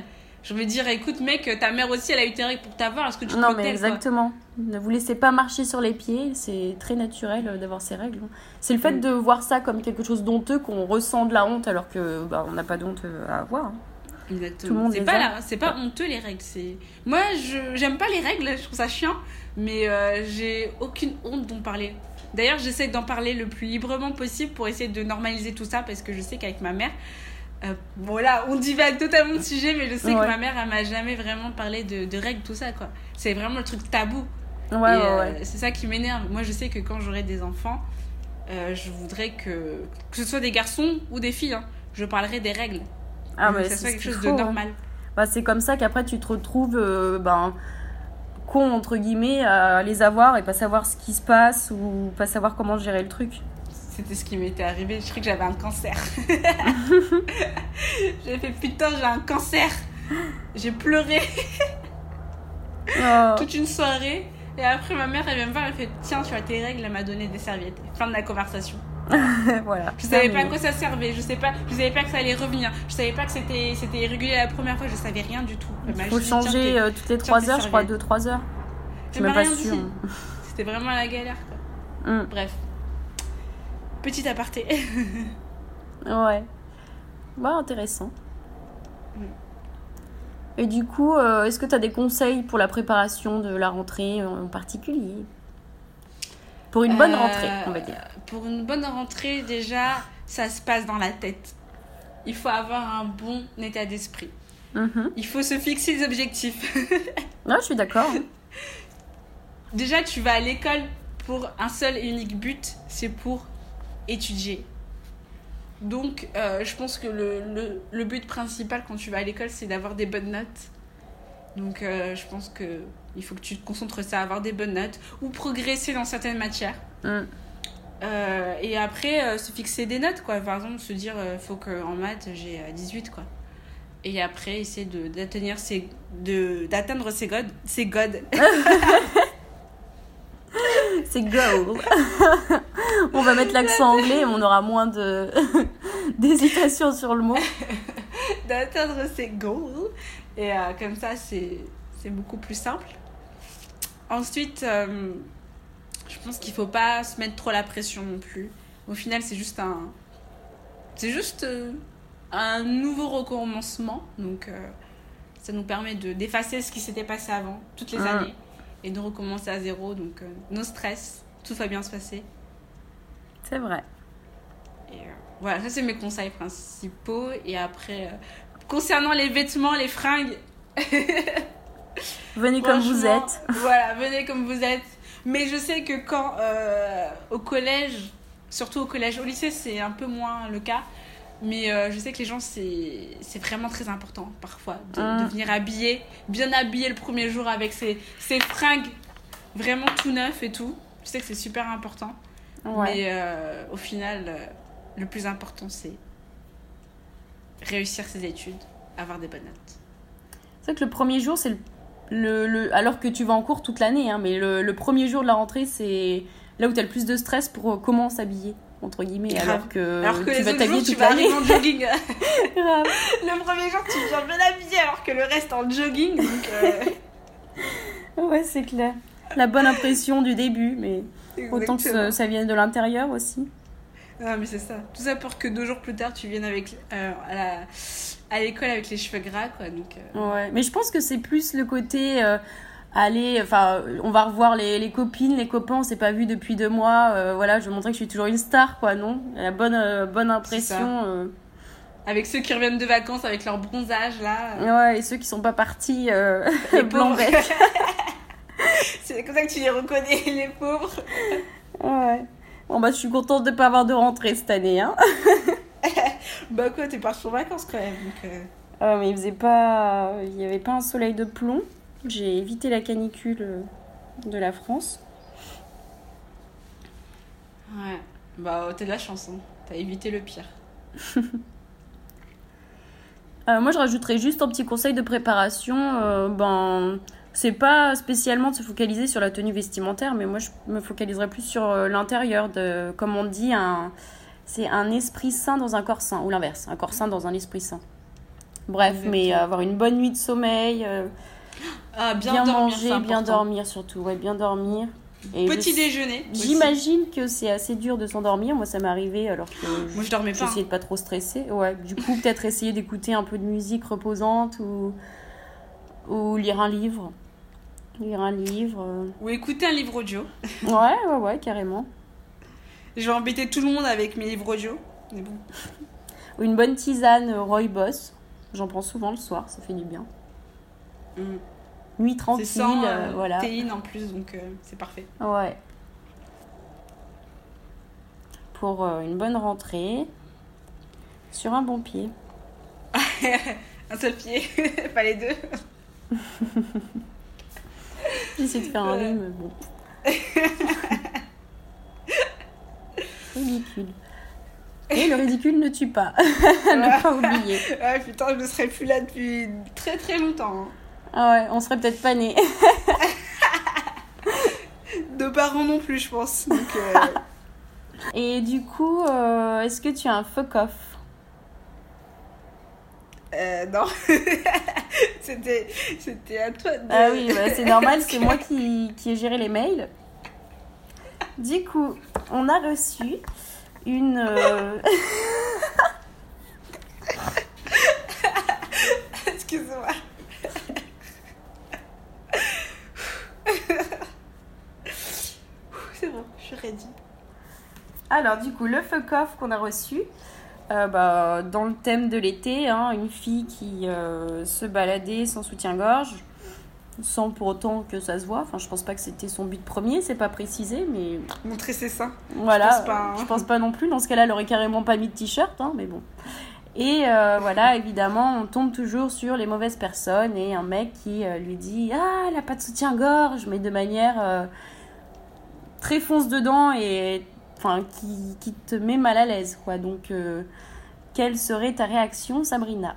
Je veux dire, écoute, mec, ta mère aussi, elle a eu tes règles pour t'avoir. Est-ce que tu te
Non,
moques
mais
d'elle,
exactement. Ne vous laissez pas marcher sur les pieds. C'est très naturel euh, d'avoir ces règles. C'est le fait
Mm.
de voir ça comme quelque chose d'honteux qu'on ressent de la honte alors que bah, on n'a pas de honte à avoir. hein. Tout le
Exactement.
monde
C'est
les
pas,
a.
là, c'est pas honteux, les règles. C'est... Moi, je j'aime pas les règles, je trouve ça chiant. Mais euh, j'ai aucune honte d'en parler. D'ailleurs, j'essaie d'en parler le plus librement possible pour essayer de normaliser tout ça. Parce que je sais qu'avec ma mère... Euh, bon là, on divague totalement de sujet, mais je sais
Ouais.
que ma mère, elle m'a jamais vraiment parlé de, de règles, tout ça, quoi. C'est vraiment le truc tabou.
Ouais,
Et,
ouais,
euh,
ouais.
c'est ça qui m'énerve. Moi, je sais que quand j'aurai des enfants, euh, je voudrais que, que ce soit des garçons ou des filles, hein, je parlerai des règles.
Ah,
Je veux
bah,
que ça
c'est
soit
ce
quelque
qu'il
chose
faut,
de
hein.
normal.
Bah, c'est comme ça qu'après tu te retrouves euh, ben, con entre guillemets à les avoir et pas savoir ce qui se passe ou pas savoir comment gérer le truc.
C'était ce qui m'était arrivé. Je croyais que j'avais un cancer. J'ai fait putain, j'ai un cancer. J'ai pleuré
Oh.
toute une soirée. Et après, ma mère, elle vient me voir, elle fait tiens, tu as tes règles, elle m'a donné des serviettes. Fin de la conversation.
Voilà.
Je savais pas à
Terminé.
quoi ça servait, je, sais pas, je savais pas que ça allait revenir, je savais pas que c'était, c'était irrégulier la première fois, je savais rien du tout. Elle m'a
Il faut
juste dit, tiens,
changer
t'es-
euh, toutes les
tiens,
trois
tes
heures, je crois,
serviettes.
deux trois heures. Je suis
Elle
même
m'a
pas
rien
sûre.
dit. C'était vraiment la galère, quoi.
Mm.
Bref. Petit aparté.
Ouais. Bah, intéressant.
Mm.
Et du coup, euh, est-ce que tu as des conseils pour la préparation de la rentrée en particulier? Pour une bonne
Euh,
rentrée, on va dire.
Pour une bonne rentrée, déjà, ça se passe dans la tête. Il faut avoir un bon état d'esprit.
Mhm.
Il faut se fixer des objectifs.
Non, je suis d'accord.
Déjà, tu vas à l'école pour un seul et unique but, c'est pour étudier. Donc, euh, je pense que le, le, le but principal quand tu vas à l'école, c'est d'avoir des bonnes notes. Donc, euh, je pense que il faut que tu te concentres sur ça, avoir des bonnes notes ou progresser dans certaines matières.
Mm.
Euh, et après, euh, se fixer des notes, quoi. Par exemple, se dire, il euh, faut qu'en maths, j'ai euh, dix-huit, quoi. Et après, essayer de, d'atteindre ses, de, d'atteindre ses godes. Ses godes.
C'est goal. On va mettre l'accent anglais et on aura moins de d'hésitation sur le mot.
D'atteindre ses goals. Et euh, comme ça, c'est, c'est beaucoup plus simple. Ensuite, euh, je pense qu'il ne faut pas se mettre trop la pression non plus. Au final, c'est juste un... C'est juste euh, un nouveau recommencement. Donc, euh, ça nous permet de, d'effacer ce qui s'était passé avant, toutes les
Mmh.
années. Et de recommencer à zéro. Donc, euh, no stress. Tout va bien se passer.
C'est vrai.
Et euh, voilà, ça c'est mes conseils principaux. Et après, euh, concernant les vêtements, les fringues,
Venez comme vous
franchement,
êtes.
Voilà, venez comme vous êtes. Mais je sais que quand euh, au collège, surtout au collège, au lycée c'est un peu moins le cas. Mais euh, je sais que les gens, c'est, c'est vraiment très important parfois de,
Mm.
de venir habiller, bien habillé le premier jour avec ses, ses fringues vraiment tout neuf et tout. Je sais que c'est super important.
Ouais.
Mais euh, au final, euh, le plus important, c'est réussir ses études, avoir des bonnes notes.
C'est vrai que le premier jour, c'est le, le, le- alors que tu vas en cours toute l'année, hein, mais le, le premier jour de la rentrée, c'est là où tu as le plus de stress pour euh, comment s'habiller, entre guillemets,
Grave.
alors que,
Alors que
tu
les
vas
autres
t'habiller
jours, tu
toute
vas
l'année.
arriver en jogging.
Grave.
Le premier jour, tu viens bien habillé, alors que le reste en jogging. Donc, euh,
Ouais, c'est clair. La bonne impression du début, mais autant que
exactement.
ça, ça vienne de l'intérieur aussi.
Ah, mais c'est ça. Tout ça pour que deux jours plus tard, tu viennes avec, euh, à, la, à l'école avec les cheveux gras, quoi. Donc, euh,
Ouais, mais je pense que c'est plus le côté euh, aller, enfin, on va revoir les, les copines, les copains, on s'est pas vu depuis deux mois, euh, voilà, je veux montrer que je suis toujours une star, quoi, non? La bonne, euh, bonne impression. euh,
avec ceux qui reviennent de vacances, avec leur bronzage, là. euh,
Ouais, et ceux qui sont pas partis euh,
les
blanc
pauvres.
bec.
C'est comme ça que tu les reconnais, les pauvres.
Ouais. Bon, bah, je suis contente de pas avoir de rentrée cette année, hein.
Bah quoi, t'es parti en vacances quand même. Donc, euh,
Ah, mais il faisait pas, il y avait pas un soleil de plomb. J'ai évité la canicule euh, de la France.
Ouais. Bah, t'as de la chance, hein. T'as évité le pire.
Euh, moi, je rajouterais juste un petit conseil de préparation. Euh, ben, c'est pas spécialement de se focaliser sur la tenue vestimentaire, mais moi, je me focaliserais plus sur euh, l'intérieur. De, comme on dit, un, c'est un esprit sain dans un corps sain, ou l'inverse, un corps sain dans un esprit sain. Bref,
Exactement.
mais avoir une bonne nuit de sommeil, euh,
Ah, bien,
bien
dormir,
manger,
c'est
bien
important.
dormir surtout. Ouais, bien dormir. Et
Petit
je-
déjeuner. aussi.
J'imagine que c'est assez dur de s'endormir. Moi, ça m'est arrivé alors que
Moi, je dormais pas.
j'essayais de pas trop stresser. Ouais, du coup, peut-être essayer d'écouter un peu de musique reposante ou, ou lire un livre. Lire un livre. euh.
Ou écouter un livre audio.
Ouais, ouais, ouais, carrément.
Je vais embêter tout le monde avec mes livres audio. Mais bon.
Ou une bonne tisane euh, rooibos. J'en prends souvent le soir, ça fait du bien.
Mm.
Nuit
C'est
tranquille,
sans
euh,
euh,
voilà.
théine en plus, donc euh, c'est parfait.
Ouais. Pour euh, une bonne rentrée. Sur un bon pied.
Un seul pied, pas les deux.
J'essaie de faire un
Euh.
rime, mais bon. Ridicule. Et le ridicule ne tue pas. Ne pas oublier.
Ouais, putain, je ne serais plus là depuis très très longtemps. hein.
Ah ouais, on serait peut-être pas nés.
Nos parents non plus, je pense. Donc, euh,
Et du coup, euh, est-ce que tu as un fuck-off?
euh, non. c'était, c'était à toi de...
Ah oui, bah, c'est normal, c'est moi qui, qui ai géré les mails. Du coup, on a reçu une... euh,
Excuse-moi. C'est bon, je suis ready.
Alors du coup, le fuck-off qu'on a reçu, euh, bah, dans le thème de l'été, hein, une fille qui euh, se baladait sans soutien-gorge, sans pour autant que ça se voit. Enfin, je pense pas que c'était son but premier, c'est pas précisé, mais
Montrer ses seins.
voilà.
pense pas, hein.
Je pense pas non plus. Dans ce cas-là, elle aurait carrément pas mis de t-shirt, hein, mais bon. Et euh, voilà, évidemment, on tombe toujours sur les mauvaises personnes et un mec qui euh, lui dit « Ah, elle a pas de soutien-gorge », mais de manière euh, très fonce dedans et enfin, qui, qui te met mal à l'aise, quoi. Donc, euh, quelle serait ta réaction, Sabrina?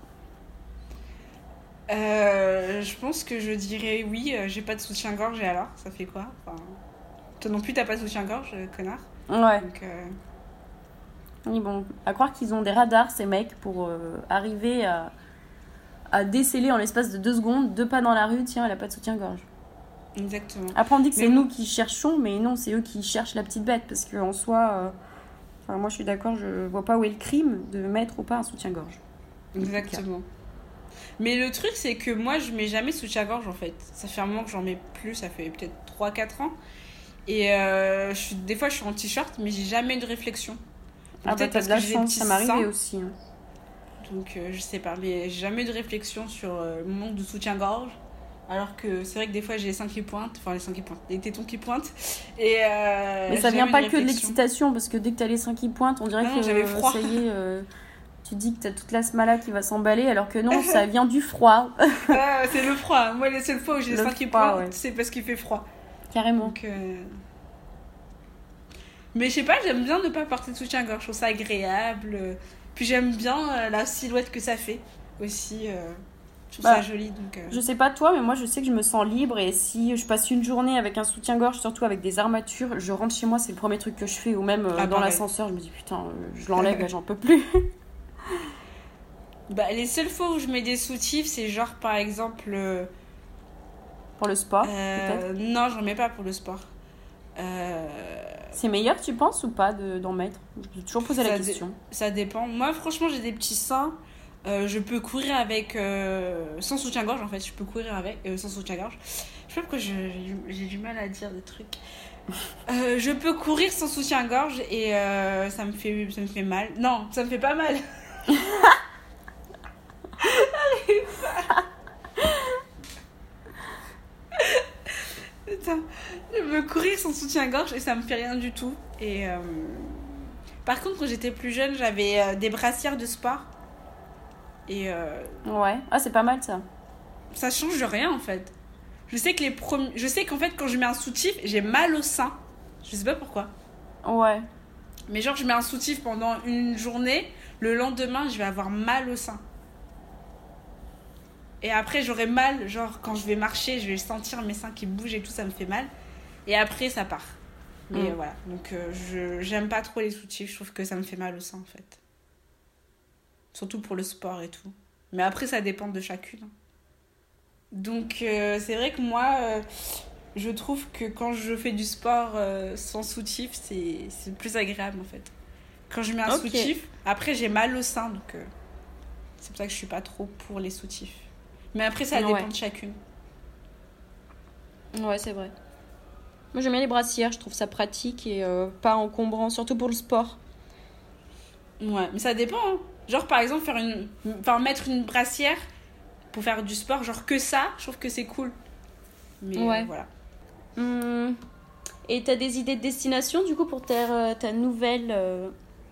Euh, je pense que je dirais oui, euh, j'ai pas de soutien-gorge et alors, ça fait quoi? Enfin, toi non plus, t'as pas de soutien-gorge, euh, connard.
Ouais.
Donc, euh,
Oui, bon, à croire qu'ils ont des radars, ces mecs, pour euh, arriver à, à déceler en l'espace de deux secondes, deux pas dans la rue, tiens, elle a pas de soutien-gorge.
exactement.
Après, on dit que
Mais
c'est
bon.
nous qui cherchons, mais non, c'est eux qui cherchent la petite bête, parce qu'en soi, euh, enfin, moi je suis d'accord, je vois pas où est le crime de mettre ou pas un soutien-gorge.
Exactement. Mais le truc, c'est que moi, je mets jamais soutien-gorge en fait. Ça fait un moment que j'en mets plus, ça fait peut-être trois quatre ans. Et euh, je suis, des fois, je suis en t-shirt, mais j'ai jamais de réflexion.
Ah bah
Peut-être
t'as
parce
de la
que j'ai des
chance,
petits
ça m'arrivait
seins.
aussi. hein.
Donc, euh, je sais pas, mais j'ai jamais eu de réflexion sur euh, mon manque de soutien-gorge. Alors que c'est vrai que des fois, j'ai les seins qui pointent, enfin les seins qui pointent, les tétons qui pointent. Et euh,
Mais ça
j'ai
vient
jamais
pas
eu
que de
réflexion.
l'excitation, parce que dès que t'as les seins qui pointent, on dirait
Non,
que
j'avais froid.
ça y est, euh, tu dis que t'as toute la smala qui va s'emballer, alors que non, ça vient du froid,
Ah, c'est le froid. Moi, les seules fois où j'ai les
Le
seins qui
froid,
pointent,
ouais.
c'est parce qu'il fait froid.
carrément.
Donc, euh, mais je sais pas, j'aime bien ne pas porter de soutien-gorge. Je trouve ça agréable. euh, Puis j'aime bien euh, la silhouette que ça fait aussi. euh, Je trouve
Bah,
ça joli. Donc, euh,
Je sais pas toi, mais moi je sais que je me sens libre et si je passe une journée avec un soutien-gorge, surtout avec des armatures, je rentre chez moi, c'est le premier truc que je fais, ou même euh,
Ah,
dans
pareil.
l'ascenseur, je me dis putain, euh, je l'enlève, là, j'en peux plus.
Bah, les seules fois où je mets des soutifs, c'est genre par exemple. euh,
Pour le sport, peut-être.
euh, non, j'en mets pas pour le sport. Euh,
C'est meilleur, tu penses, ou pas de- d'en mettre? Je me suis toujours posé la
Ça dé-
question.
Ça dépend. Moi, franchement, j'ai des petits seins. Euh, je peux courir avec. euh, sans soutien-gorge, en fait. Je peux courir avec. euh, sans soutien-gorge. Je sais pas pourquoi je- j'ai j'ai du mal à dire des trucs. Euh, je peux courir sans soutien-gorge et euh, ça, me fait, ça me fait mal. Non, ça me fait pas mal. Putain, je peux courir sans soutien-gorge et ça me fait rien du tout. Et euh, par contre, quand j'étais plus jeune, j'avais euh, des brassières de sport. Et euh,
Ouais. Ah, c'est pas mal ça.
ça change rien en fait. Je sais que les premi- je sais qu'en fait quand je mets un soutif, j'ai mal au sein. Je sais pas pourquoi.
Ouais.
Mais genre je mets un soutif pendant une journée, le lendemain, je vais avoir mal au sein. Et après j'aurai mal, genre quand je vais marcher, je vais sentir mes seins qui bougent et tout, ça me fait mal. Et après ça part. Mais
Mm.
euh, voilà, donc euh, je j'aime pas trop les soutifs, je trouve que ça me fait mal au sein en fait. Surtout pour le sport et tout. Mais après, ça dépend de chacune. Donc, euh, c'est vrai que moi, euh, je trouve que quand je fais du sport euh, sans soutif, c'est, c'est plus agréable, en fait. Quand je mets un
Ok.
soutif, après, j'ai mal au sein, donc euh, c'est pour ça que je suis pas trop pour les soutifs. Mais après, ça dépend
Ouais.
de chacune.
Ouais, c'est vrai. Moi, j'aime bien les brassières, je trouve ça pratique et euh, pas encombrant, surtout pour le sport.
Ouais, mais ça dépend, hein. Genre, par exemple, faire une... enfin, mettre une brassière pour faire du sport, genre que ça, je trouve que c'est cool. Mais
Ouais.
euh, voilà.
Hum. Et t'as des idées de destination, du coup, pour ta, ta nouvelle... euh,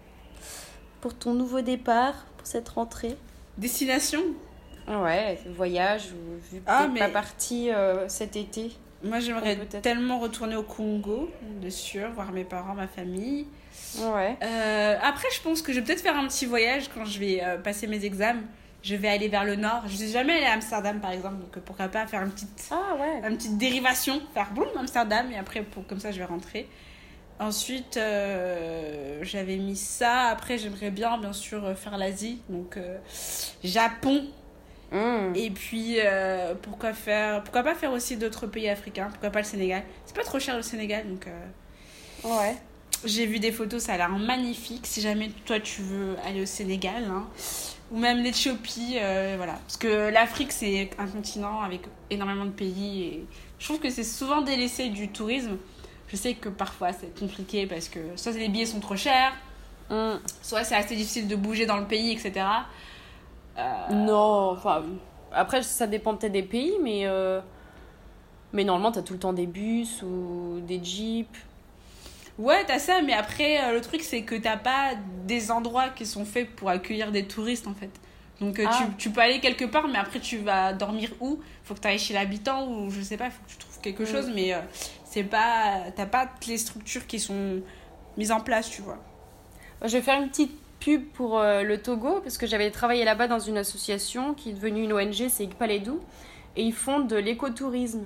pour ton nouveau départ, pour cette rentrée?
Destination?
Ouais, voyage, ou- vu que
Ah,
t'es
mais
pas partie euh, cet été.
moi, j'aimerais
Peut-être.
tellement retourner au Congo, de sûr, voir mes parents, ma famille.
Ouais.
Euh, après, je pense que je vais peut-être faire un petit voyage quand je vais euh, passer mes examens. Je vais aller vers le nord. Je suis jamais allée à Amsterdam, par exemple, donc euh, pourquoi pas faire une petite,
Ah ouais.
une petite dérivation, faire boum, Amsterdam, et après, pour, comme ça, je vais rentrer. Ensuite, euh, j'avais mis ça. Après, j'aimerais bien, bien sûr, euh, faire l'Asie, donc euh, Japon.
Hum.
Et puis, euh, pourquoi faire, pourquoi pas faire aussi d'autres pays africains, pourquoi pas le Sénégal. C'est pas trop cher le Sénégal, donc euh,
Ouais.
j'ai vu des photos, ça a l'air magnifique. Si jamais toi tu veux aller au Sénégal, hein, ou même l'Éthiopie, euh, voilà. Parce que l'Afrique c'est un continent avec énormément de pays et je trouve que c'est souvent délaissé du tourisme. Je sais que parfois c'est compliqué parce que soit les billets sont trop chers,
Hum.
soit c'est assez difficile de bouger dans le pays, et cetera. Euh,
Non, enfin... Après, ça dépend peut-être des pays, mais... euh, Mais normalement, t'as tout le temps des bus ou des jeeps.
Ouais, t'as ça, mais après, euh, le truc, c'est que t'as pas des endroits qui sont faits pour accueillir des touristes, en fait. Donc, euh,
Ah.
tu, tu peux aller quelque part, mais après, tu vas dormir où? Faut que t'ailles chez l'habitant, ou je sais pas, faut que tu trouves quelque
Mm.
chose, mais euh, c'est pas... T'as pas toutes les structures qui sont mises en place, tu vois.
Je vais faire une petite pub pour euh, le Togo, parce que j'avais travaillé là-bas dans une association qui est devenue une O N G, c'est Ikpaledou, et ils font de l'écotourisme.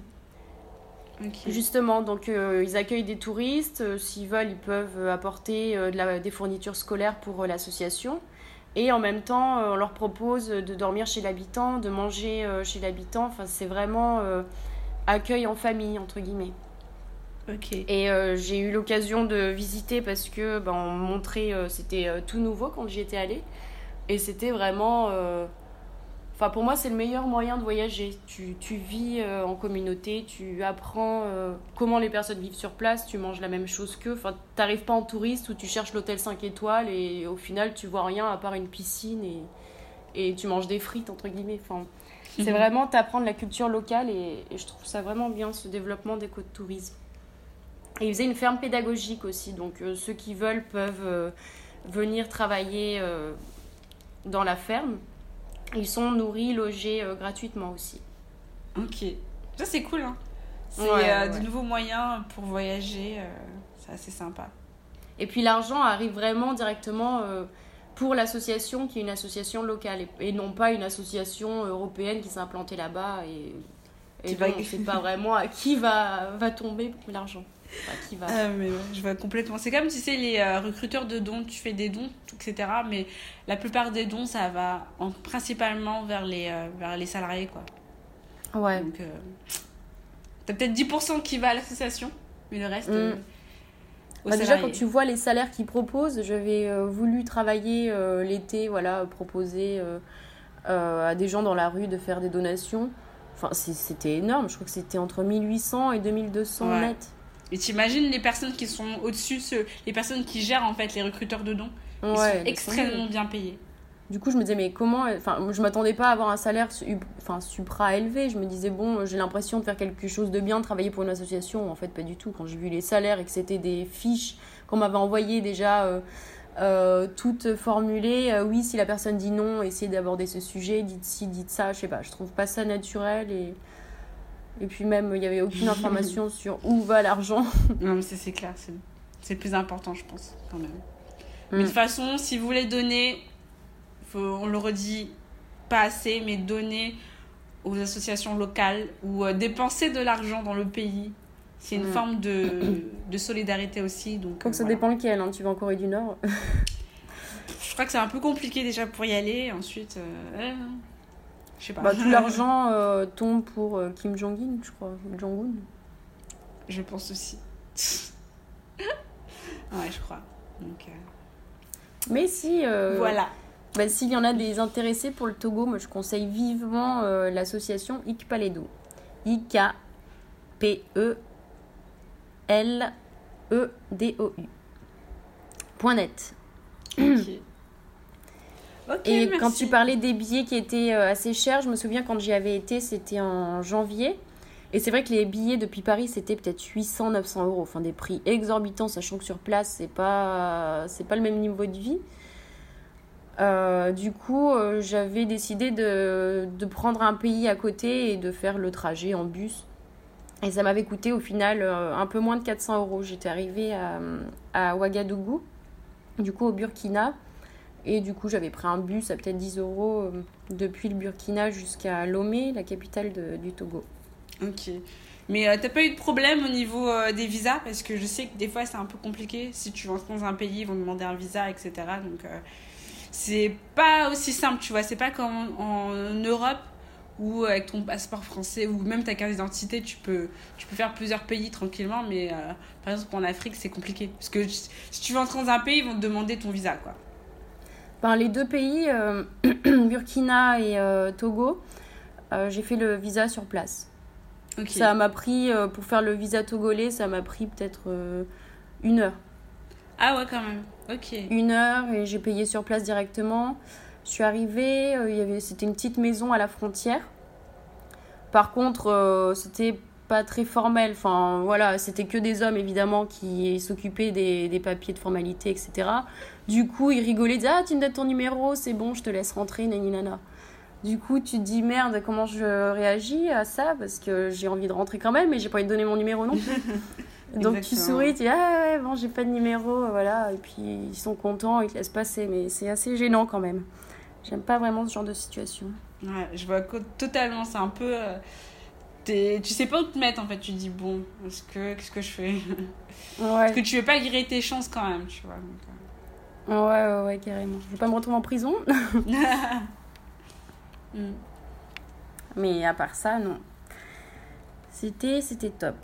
Ok.
Justement, donc euh, ils accueillent des touristes, euh, s'ils veulent, ils peuvent euh, apporter euh, de la, des fournitures scolaires pour euh, l'association. Et en même temps, euh, on leur propose de dormir chez l'habitant, de manger euh, chez l'habitant. Enfin, c'est vraiment euh, accueil en famille, entre guillemets.
Ok.
Et euh, j'ai eu l'occasion de visiter parce que ben, on me montrait, euh, c'était euh, tout nouveau quand j'y étais allée. Et c'était vraiment... euh, Enfin, pour moi, c'est le meilleur moyen de voyager. Tu, tu vis euh, en communauté, tu apprends euh, comment les personnes vivent sur place, tu manges la même chose qu'eux. Enfin, t'arrives pas en touriste où tu cherches l'hôtel cinq étoiles et au final, tu vois rien à part une piscine et, et tu manges des frites, entre guillemets. Enfin, c'est vraiment t'apprendre la culture locale et, et je trouve ça vraiment bien, ce développement d'écotourisme. Et ils faisaient une ferme pédagogique aussi, donc euh, ceux qui veulent peuvent euh, venir travailler euh, dans la ferme. Ils sont nourris, logés euh, gratuitement aussi.
Ok. Ça, c'est cool, hein. C'est
Ouais,
euh,
ouais.
de nouveaux moyens pour voyager. euh, c'est assez sympa.
Et puis l'argent arrive vraiment directement euh, pour l'association qui est une association locale et, et non pas une association européenne qui s'est implantée là-bas. Et, et
Qui
donc,
va-
on ne sait pas vraiment à qui va, va tomber l'argent. Enfin, qui va...
Ah, mais ouais, je vois complètement. C'est comme, tu sais, les euh, recruteurs de dons, tu fais des dons, et cetera. Mais la plupart des dons, ça va en- principalement vers les, euh, vers les salariés, quoi.
Ouais.
Donc, euh, t'as peut-être dix pour cent qui va à l'association, mais le reste,
Mm.
euh, aux
Bah, déjà,
salariés.
quand tu vois les salaires qu'ils proposent, j'avais euh, voulu travailler euh, l'été, voilà, proposer euh, euh, à des gens dans la rue de faire des donations. Enfin, c'est- c'était énorme. Je crois que c'était entre mille huit cents et deux mille deux cents
Ouais.
net.
Et t'imagines les personnes qui sont au-dessus, ceux- les personnes qui gèrent, en fait, les recruteurs de dons, ils
Ouais,
sont
laisse
extrêmement
tomber.
bien payés.
Du coup, je me disais, mais comment... Enfin, je m'attendais pas à avoir un salaire su- enfin, supra élevé. Je me disais, bon, j'ai l'impression de faire quelque chose de bien, de travailler pour une association. En fait, pas du tout. Quand j'ai vu les salaires et que c'était des fiches qu'on m'avait envoyées déjà euh, euh, toutes formulées. euh, oui, si la personne dit non, essayez d'aborder ce sujet. Dites ci, dites ça. Je sais pas, je trouve pas ça naturel. Et, et puis même, il y avait aucune information sur où va l'argent.
Non, mais c'est c'est clair, c'est c'est le plus important, je pense, quand même. Mais de
Mm.
toute façon, si vous voulez donner, faut, on le redit pas assez, mais donner aux associations locales ou euh, dépenser de l'argent dans le pays, c'est une
Mm.
forme de, de solidarité aussi. Donc,
Donc
euh,
ça
voilà.
dépend lequel. Hein. Tu vas en Corée du Nord.
Je crois que c'est un peu compliqué déjà pour y aller. Ensuite, euh, ouais. Je sais pas.
Bah, tout l'argent euh, tombe pour euh, Kim Jong-un, je crois. Jong-un.
Je pense aussi. Ouais, je crois. Donc, euh...
Mais si... Euh,
voilà.
Bah, s'il y en a des intéressés pour le Togo, moi je conseille vivement euh, l'association Ikpaledo. I K P E L E D O U. Point net.
Ok. Ok,
Et
merci.
quand tu parlais des billets qui étaient euh, assez chers, je me souviens quand j'y avais été, c'était en janvier. Et c'est vrai que les billets depuis Paris, c'était peut-être huit cents, neuf cents euros. Enfin, des prix exorbitants, sachant que sur place, c'est pas, c'est pas le même niveau de vie. Euh, du coup, euh, j'avais décidé de, de prendre un pays à côté et de faire le trajet en bus. Et ça m'avait coûté au final euh, un peu moins de quatre cents euros. J'étais arrivée à, à Ouagadougou, du coup au Burkina. Et du coup, j'avais pris un bus à peut-être dix euros euh, depuis le Burkina jusqu'à Lomé, la capitale de, du Togo.
Ok. Mais euh, t'as pas eu de problème au niveau euh, des visas? Parce que je sais que des fois, c'est un peu compliqué. Si tu vas dans un pays, ils vont demander un visa, et cetera. Donc, euh, c'est pas aussi simple, tu vois. C'est pas comme en, en Europe où, avec ton passeport français ou même ta carte d'identité, tu peux, tu peux faire plusieurs pays tranquillement. Mais euh, par exemple, en Afrique, c'est compliqué. Parce que si tu veux entrer dans un pays, ils vont te demander ton visa, quoi.
Ben, les deux pays, euh, Burkina et euh, Togo, euh, j'ai fait le visa sur place.
Okay.
Ça m'a pris, euh, pour faire le visa togolais, ça m'a pris peut-être euh, une heure.
Ah ouais, quand même. Ok.
Une heure et j'ai payé sur place directement. Je suis arrivée, euh, il y avait, c'était une petite maison à la frontière. Par contre, euh, c'était pas très formel. Enfin, voilà, c'était que des hommes, évidemment, qui s'occupaient des, des papiers de formalité, et cetera. Du coup, ils rigolaient, ils disaient « Ah, tu me donnes ton numéro, c'est bon, je te laisse rentrer, nani nana. » Du coup, tu te dis « Merde, comment je réagis à ça ?» Parce que j'ai envie de rentrer quand même, mais j'ai pas envie de donner mon numéro non plus. Donc Exactement. Tu souris, tu dis « Ah ouais, bon, j'ai pas de numéro, voilà. » Et puis, ils sont contents, ils te laissent passer. Mais c'est assez gênant quand même. J'aime pas vraiment ce genre de situation.
Ouais, je vois totalement, c'est un peu... Euh... T'es, tu sais pas où te mettre en fait, tu te dis bon, est-ce que, qu'est-ce que je fais? Ouais. Parce que tu veux pas griller tes chances quand même, tu vois. Donc,
euh... Ouais, ouais, ouais, carrément. Je veux pas me retrouver en prison. mm. Mais à part ça, non. C'était, c'était top.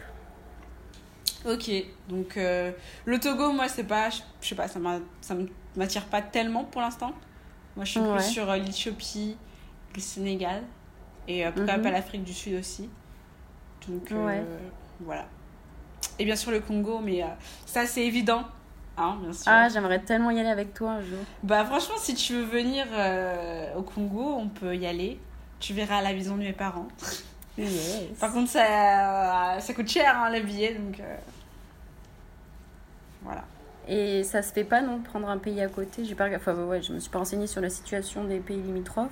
Ok, donc euh, le Togo, moi c'est pas, je, je sais pas, ça, m'a, ça m'attire pas tellement pour l'instant. Moi je suis ouais. plus sur euh, l'Éthiopie, le Sénégal et euh, pourquoi mm-hmm. pas l'Afrique du Sud aussi. Donc euh, ouais. voilà. Et bien sûr le Congo, mais euh, ça c'est évident, hein, bien sûr.
Ah, j'aimerais tellement y aller avec toi un jour.
Bah franchement, si tu veux venir euh, au Congo, on peut y aller. Tu verras à la maison de mes parents.
Yes.
Par contre, ça, ça coûte cher hein, les billets, donc euh, voilà.
Et ça se fait pas non de prendre un pays à côté? J'ai pas, enfin ouais, je me suis pas renseignée sur la situation des pays limitrophes.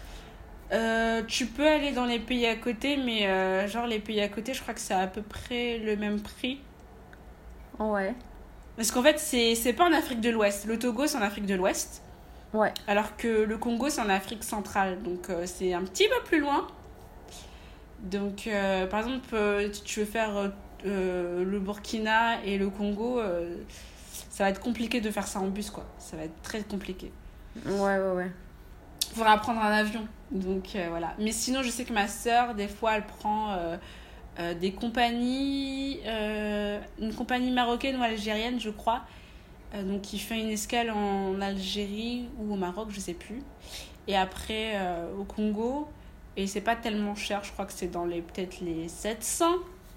Euh, tu peux aller dans les pays à côté, mais euh, genre les pays à côté, je crois que c'est à peu près le même prix.
Ouais.
Parce qu'en fait, c'est, c'est pas en Afrique de l'Ouest. Le Togo, c'est en Afrique de l'Ouest.
Ouais.
Alors que le Congo, c'est en Afrique centrale. Donc, euh, c'est un petit peu plus loin. Donc, euh, par exemple, euh, si tu veux faire euh, le Burkina et le Congo, euh, ça va être compliqué de faire ça en bus, quoi. Ça va être très compliqué.
Ouais, ouais, ouais.
Il faudra prendre un avion. Donc euh, voilà. Mais sinon, je sais que ma sœur, des fois, elle prend euh, euh, des compagnies, euh, une compagnie marocaine ou algérienne, je crois. Euh, donc, qui fait une escale en Algérie ou au Maroc, je sais plus. Et après, euh, au Congo. Et c'est pas tellement cher, je crois que c'est dans les peut-être les sept cents.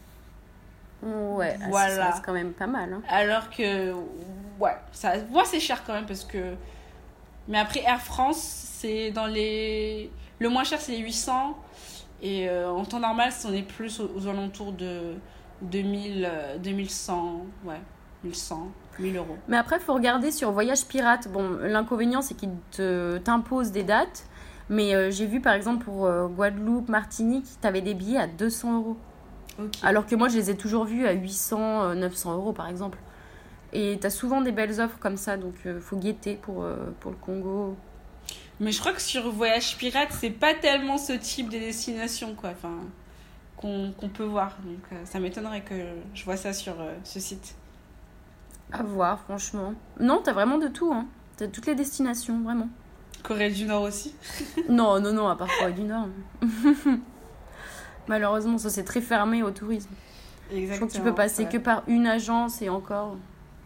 Ouais,
voilà.
Ça reste quand même pas mal. Hein.
Alors que, ouais, ça, moi c'est cher quand même parce que. Mais après, Air France, c'est dans les. Le moins cher, c'est les huit cents. Et euh, en temps normal, on est plus aux, aux alentours de deux mille, deux mille cent, ouais, mille cent, mille euros.
Mais après, il faut regarder sur Voyage Pirate. Bon, l'inconvénient, c'est qu'il te, t'impose des dates. Mais euh, j'ai vu, par exemple, pour euh, Guadeloupe, Martinique, tu avais des billets à deux cents euros. Okay. Alors que moi, je les ai toujours vus à huit cents, neuf cents euros, par exemple. Et tu as souvent des belles offres comme ça. Donc, il euh, faut guetter pour, euh, pour le Congo.
Mais je crois que sur Voyage Pirate, c'est pas tellement ce type de destination, quoi. Enfin, qu'on, qu'on peut voir. Donc, euh, ça m'étonnerait que je vois ça sur euh, ce site.
À voir, franchement. Non, tu as vraiment de tout. Hein. Tu as toutes les destinations, vraiment.
Corée du Nord aussi.
Non, non, non, à part Corée du Nord. Malheureusement, ça c'est très fermé au tourisme.
Exactement.
Je crois que tu peux passer
ouais.
que par une agence et encore.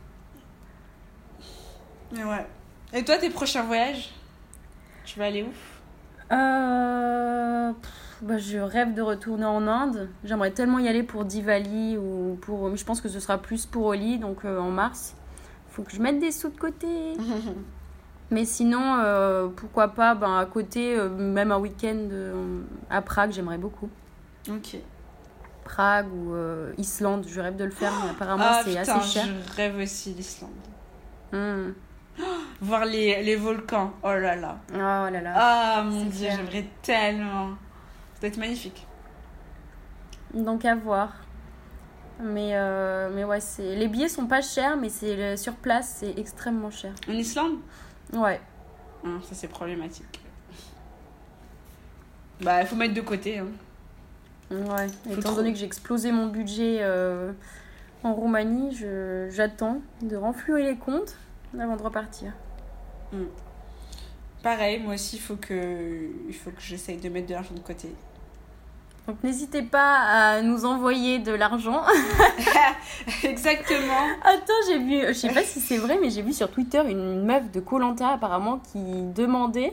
Mais ouais. Et toi, tes prochains voyages, tu vas aller où?
Euh... pff, bah, je rêve de retourner en Inde. J'aimerais tellement y aller pour Diwali ou pour. Mais je pense que ce sera plus pour Holi, donc euh, en mars. Faut que je mette des sous de côté. Mais sinon, euh, pourquoi pas, ben, à côté, euh, même un week-end euh, à Prague, j'aimerais beaucoup.
Ok.
Prague ou euh, Islande, je rêve de le faire, mais apparemment
Ah
c'est
putain,
assez cher.
je rêve aussi l'Islande.
Hmm.
Voir les, les volcans, oh là là.
Oh là là.
Ah mon
C'est
dieu,
clair.
j'aimerais tellement. Ça doit être magnifique.
Donc à voir. Mais, euh, mais ouais, c'est... les billets sont pas chers, mais c'est le- sur place, c'est extrêmement cher.
En Islande?
Ouais.
Ah, ça c'est problématique. Bah, il faut mettre de côté. Hein.
Ouais.
Faut
Étant
trop.
donné que j'ai explosé mon budget euh, en Roumanie, je... j'attends de renflouer les comptes avant de repartir.
Pareil, moi aussi, il faut que, il faut que j'essaye de mettre de l'argent de côté.
Donc n'hésitez pas à nous envoyer de l'argent.
Exactement.
Attends, j'ai vu, je sais pas si c'est vrai, mais j'ai vu sur Twitter une meuf de koh Lanta apparemment qui demandait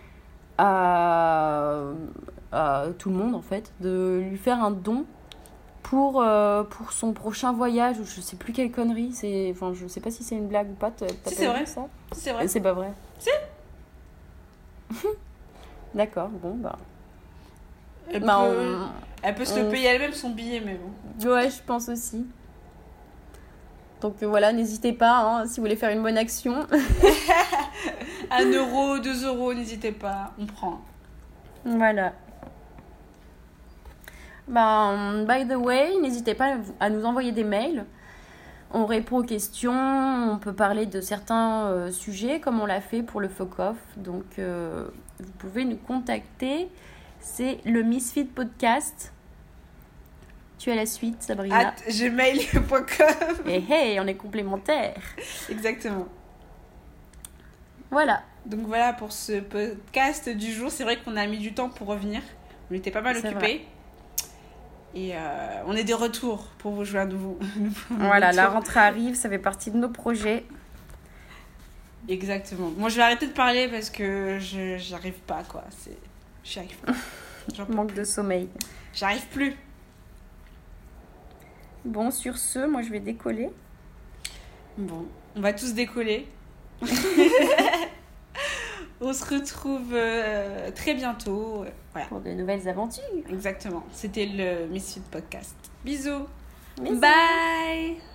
à, à tout le monde en fait de lui faire un don pour, euh, pour son prochain voyage ou je sais plus quelle connerie. C'est, enfin, je sais pas si c'est une blague ou pas. T'as, t'as
Si,
pas
c'est
vu
vrai.
ça
C'est vrai.
C'est pas vrai.
Si.
D'accord, bon bah.
Elle,
bah
peut,
on-
elle peut se le
on-
payer elle-même son billet, mais bon.
Ouais, je pense aussi. Donc euh, voilà, n'hésitez pas hein, si vous voulez faire une bonne action.
Un euro, deux euros, n'hésitez pas, on prend.
Voilà. Ben, by the way, n'hésitez pas à nous envoyer des mails. On répond aux questions, on peut parler de certains euh, sujets comme on l'a fait pour le F O C Off. Donc, euh, vous pouvez nous contacter. C'est le Misfit Podcast. Tu as la suite, Sabrina.
At gmail point com.
Et hey, on est complémentaires.
Exactement.
Voilà.
Donc voilà pour ce podcast du jour. C'est vrai qu'on a mis du temps pour revenir. On était pas mal
C'est
occupés. Et euh, on est de retour pour vous jouer à nouveau.
Voilà, la rentrée arrive, ça fait partie de nos projets.
Exactement. Moi, je vais arrêter de parler parce que je j'arrive pas, quoi. C'est... J'y arrive pas. J'en peux
Manque
plus.
de sommeil.
J'arrive plus.
Bon, sur ce, moi je vais décoller.
Bon, on va tous décoller. On se retrouve euh, très bientôt. Voilà.
Pour de nouvelles aventures.
Exactement. C'était le Misfit Podcast. Bisous.
Bisous.
Bye.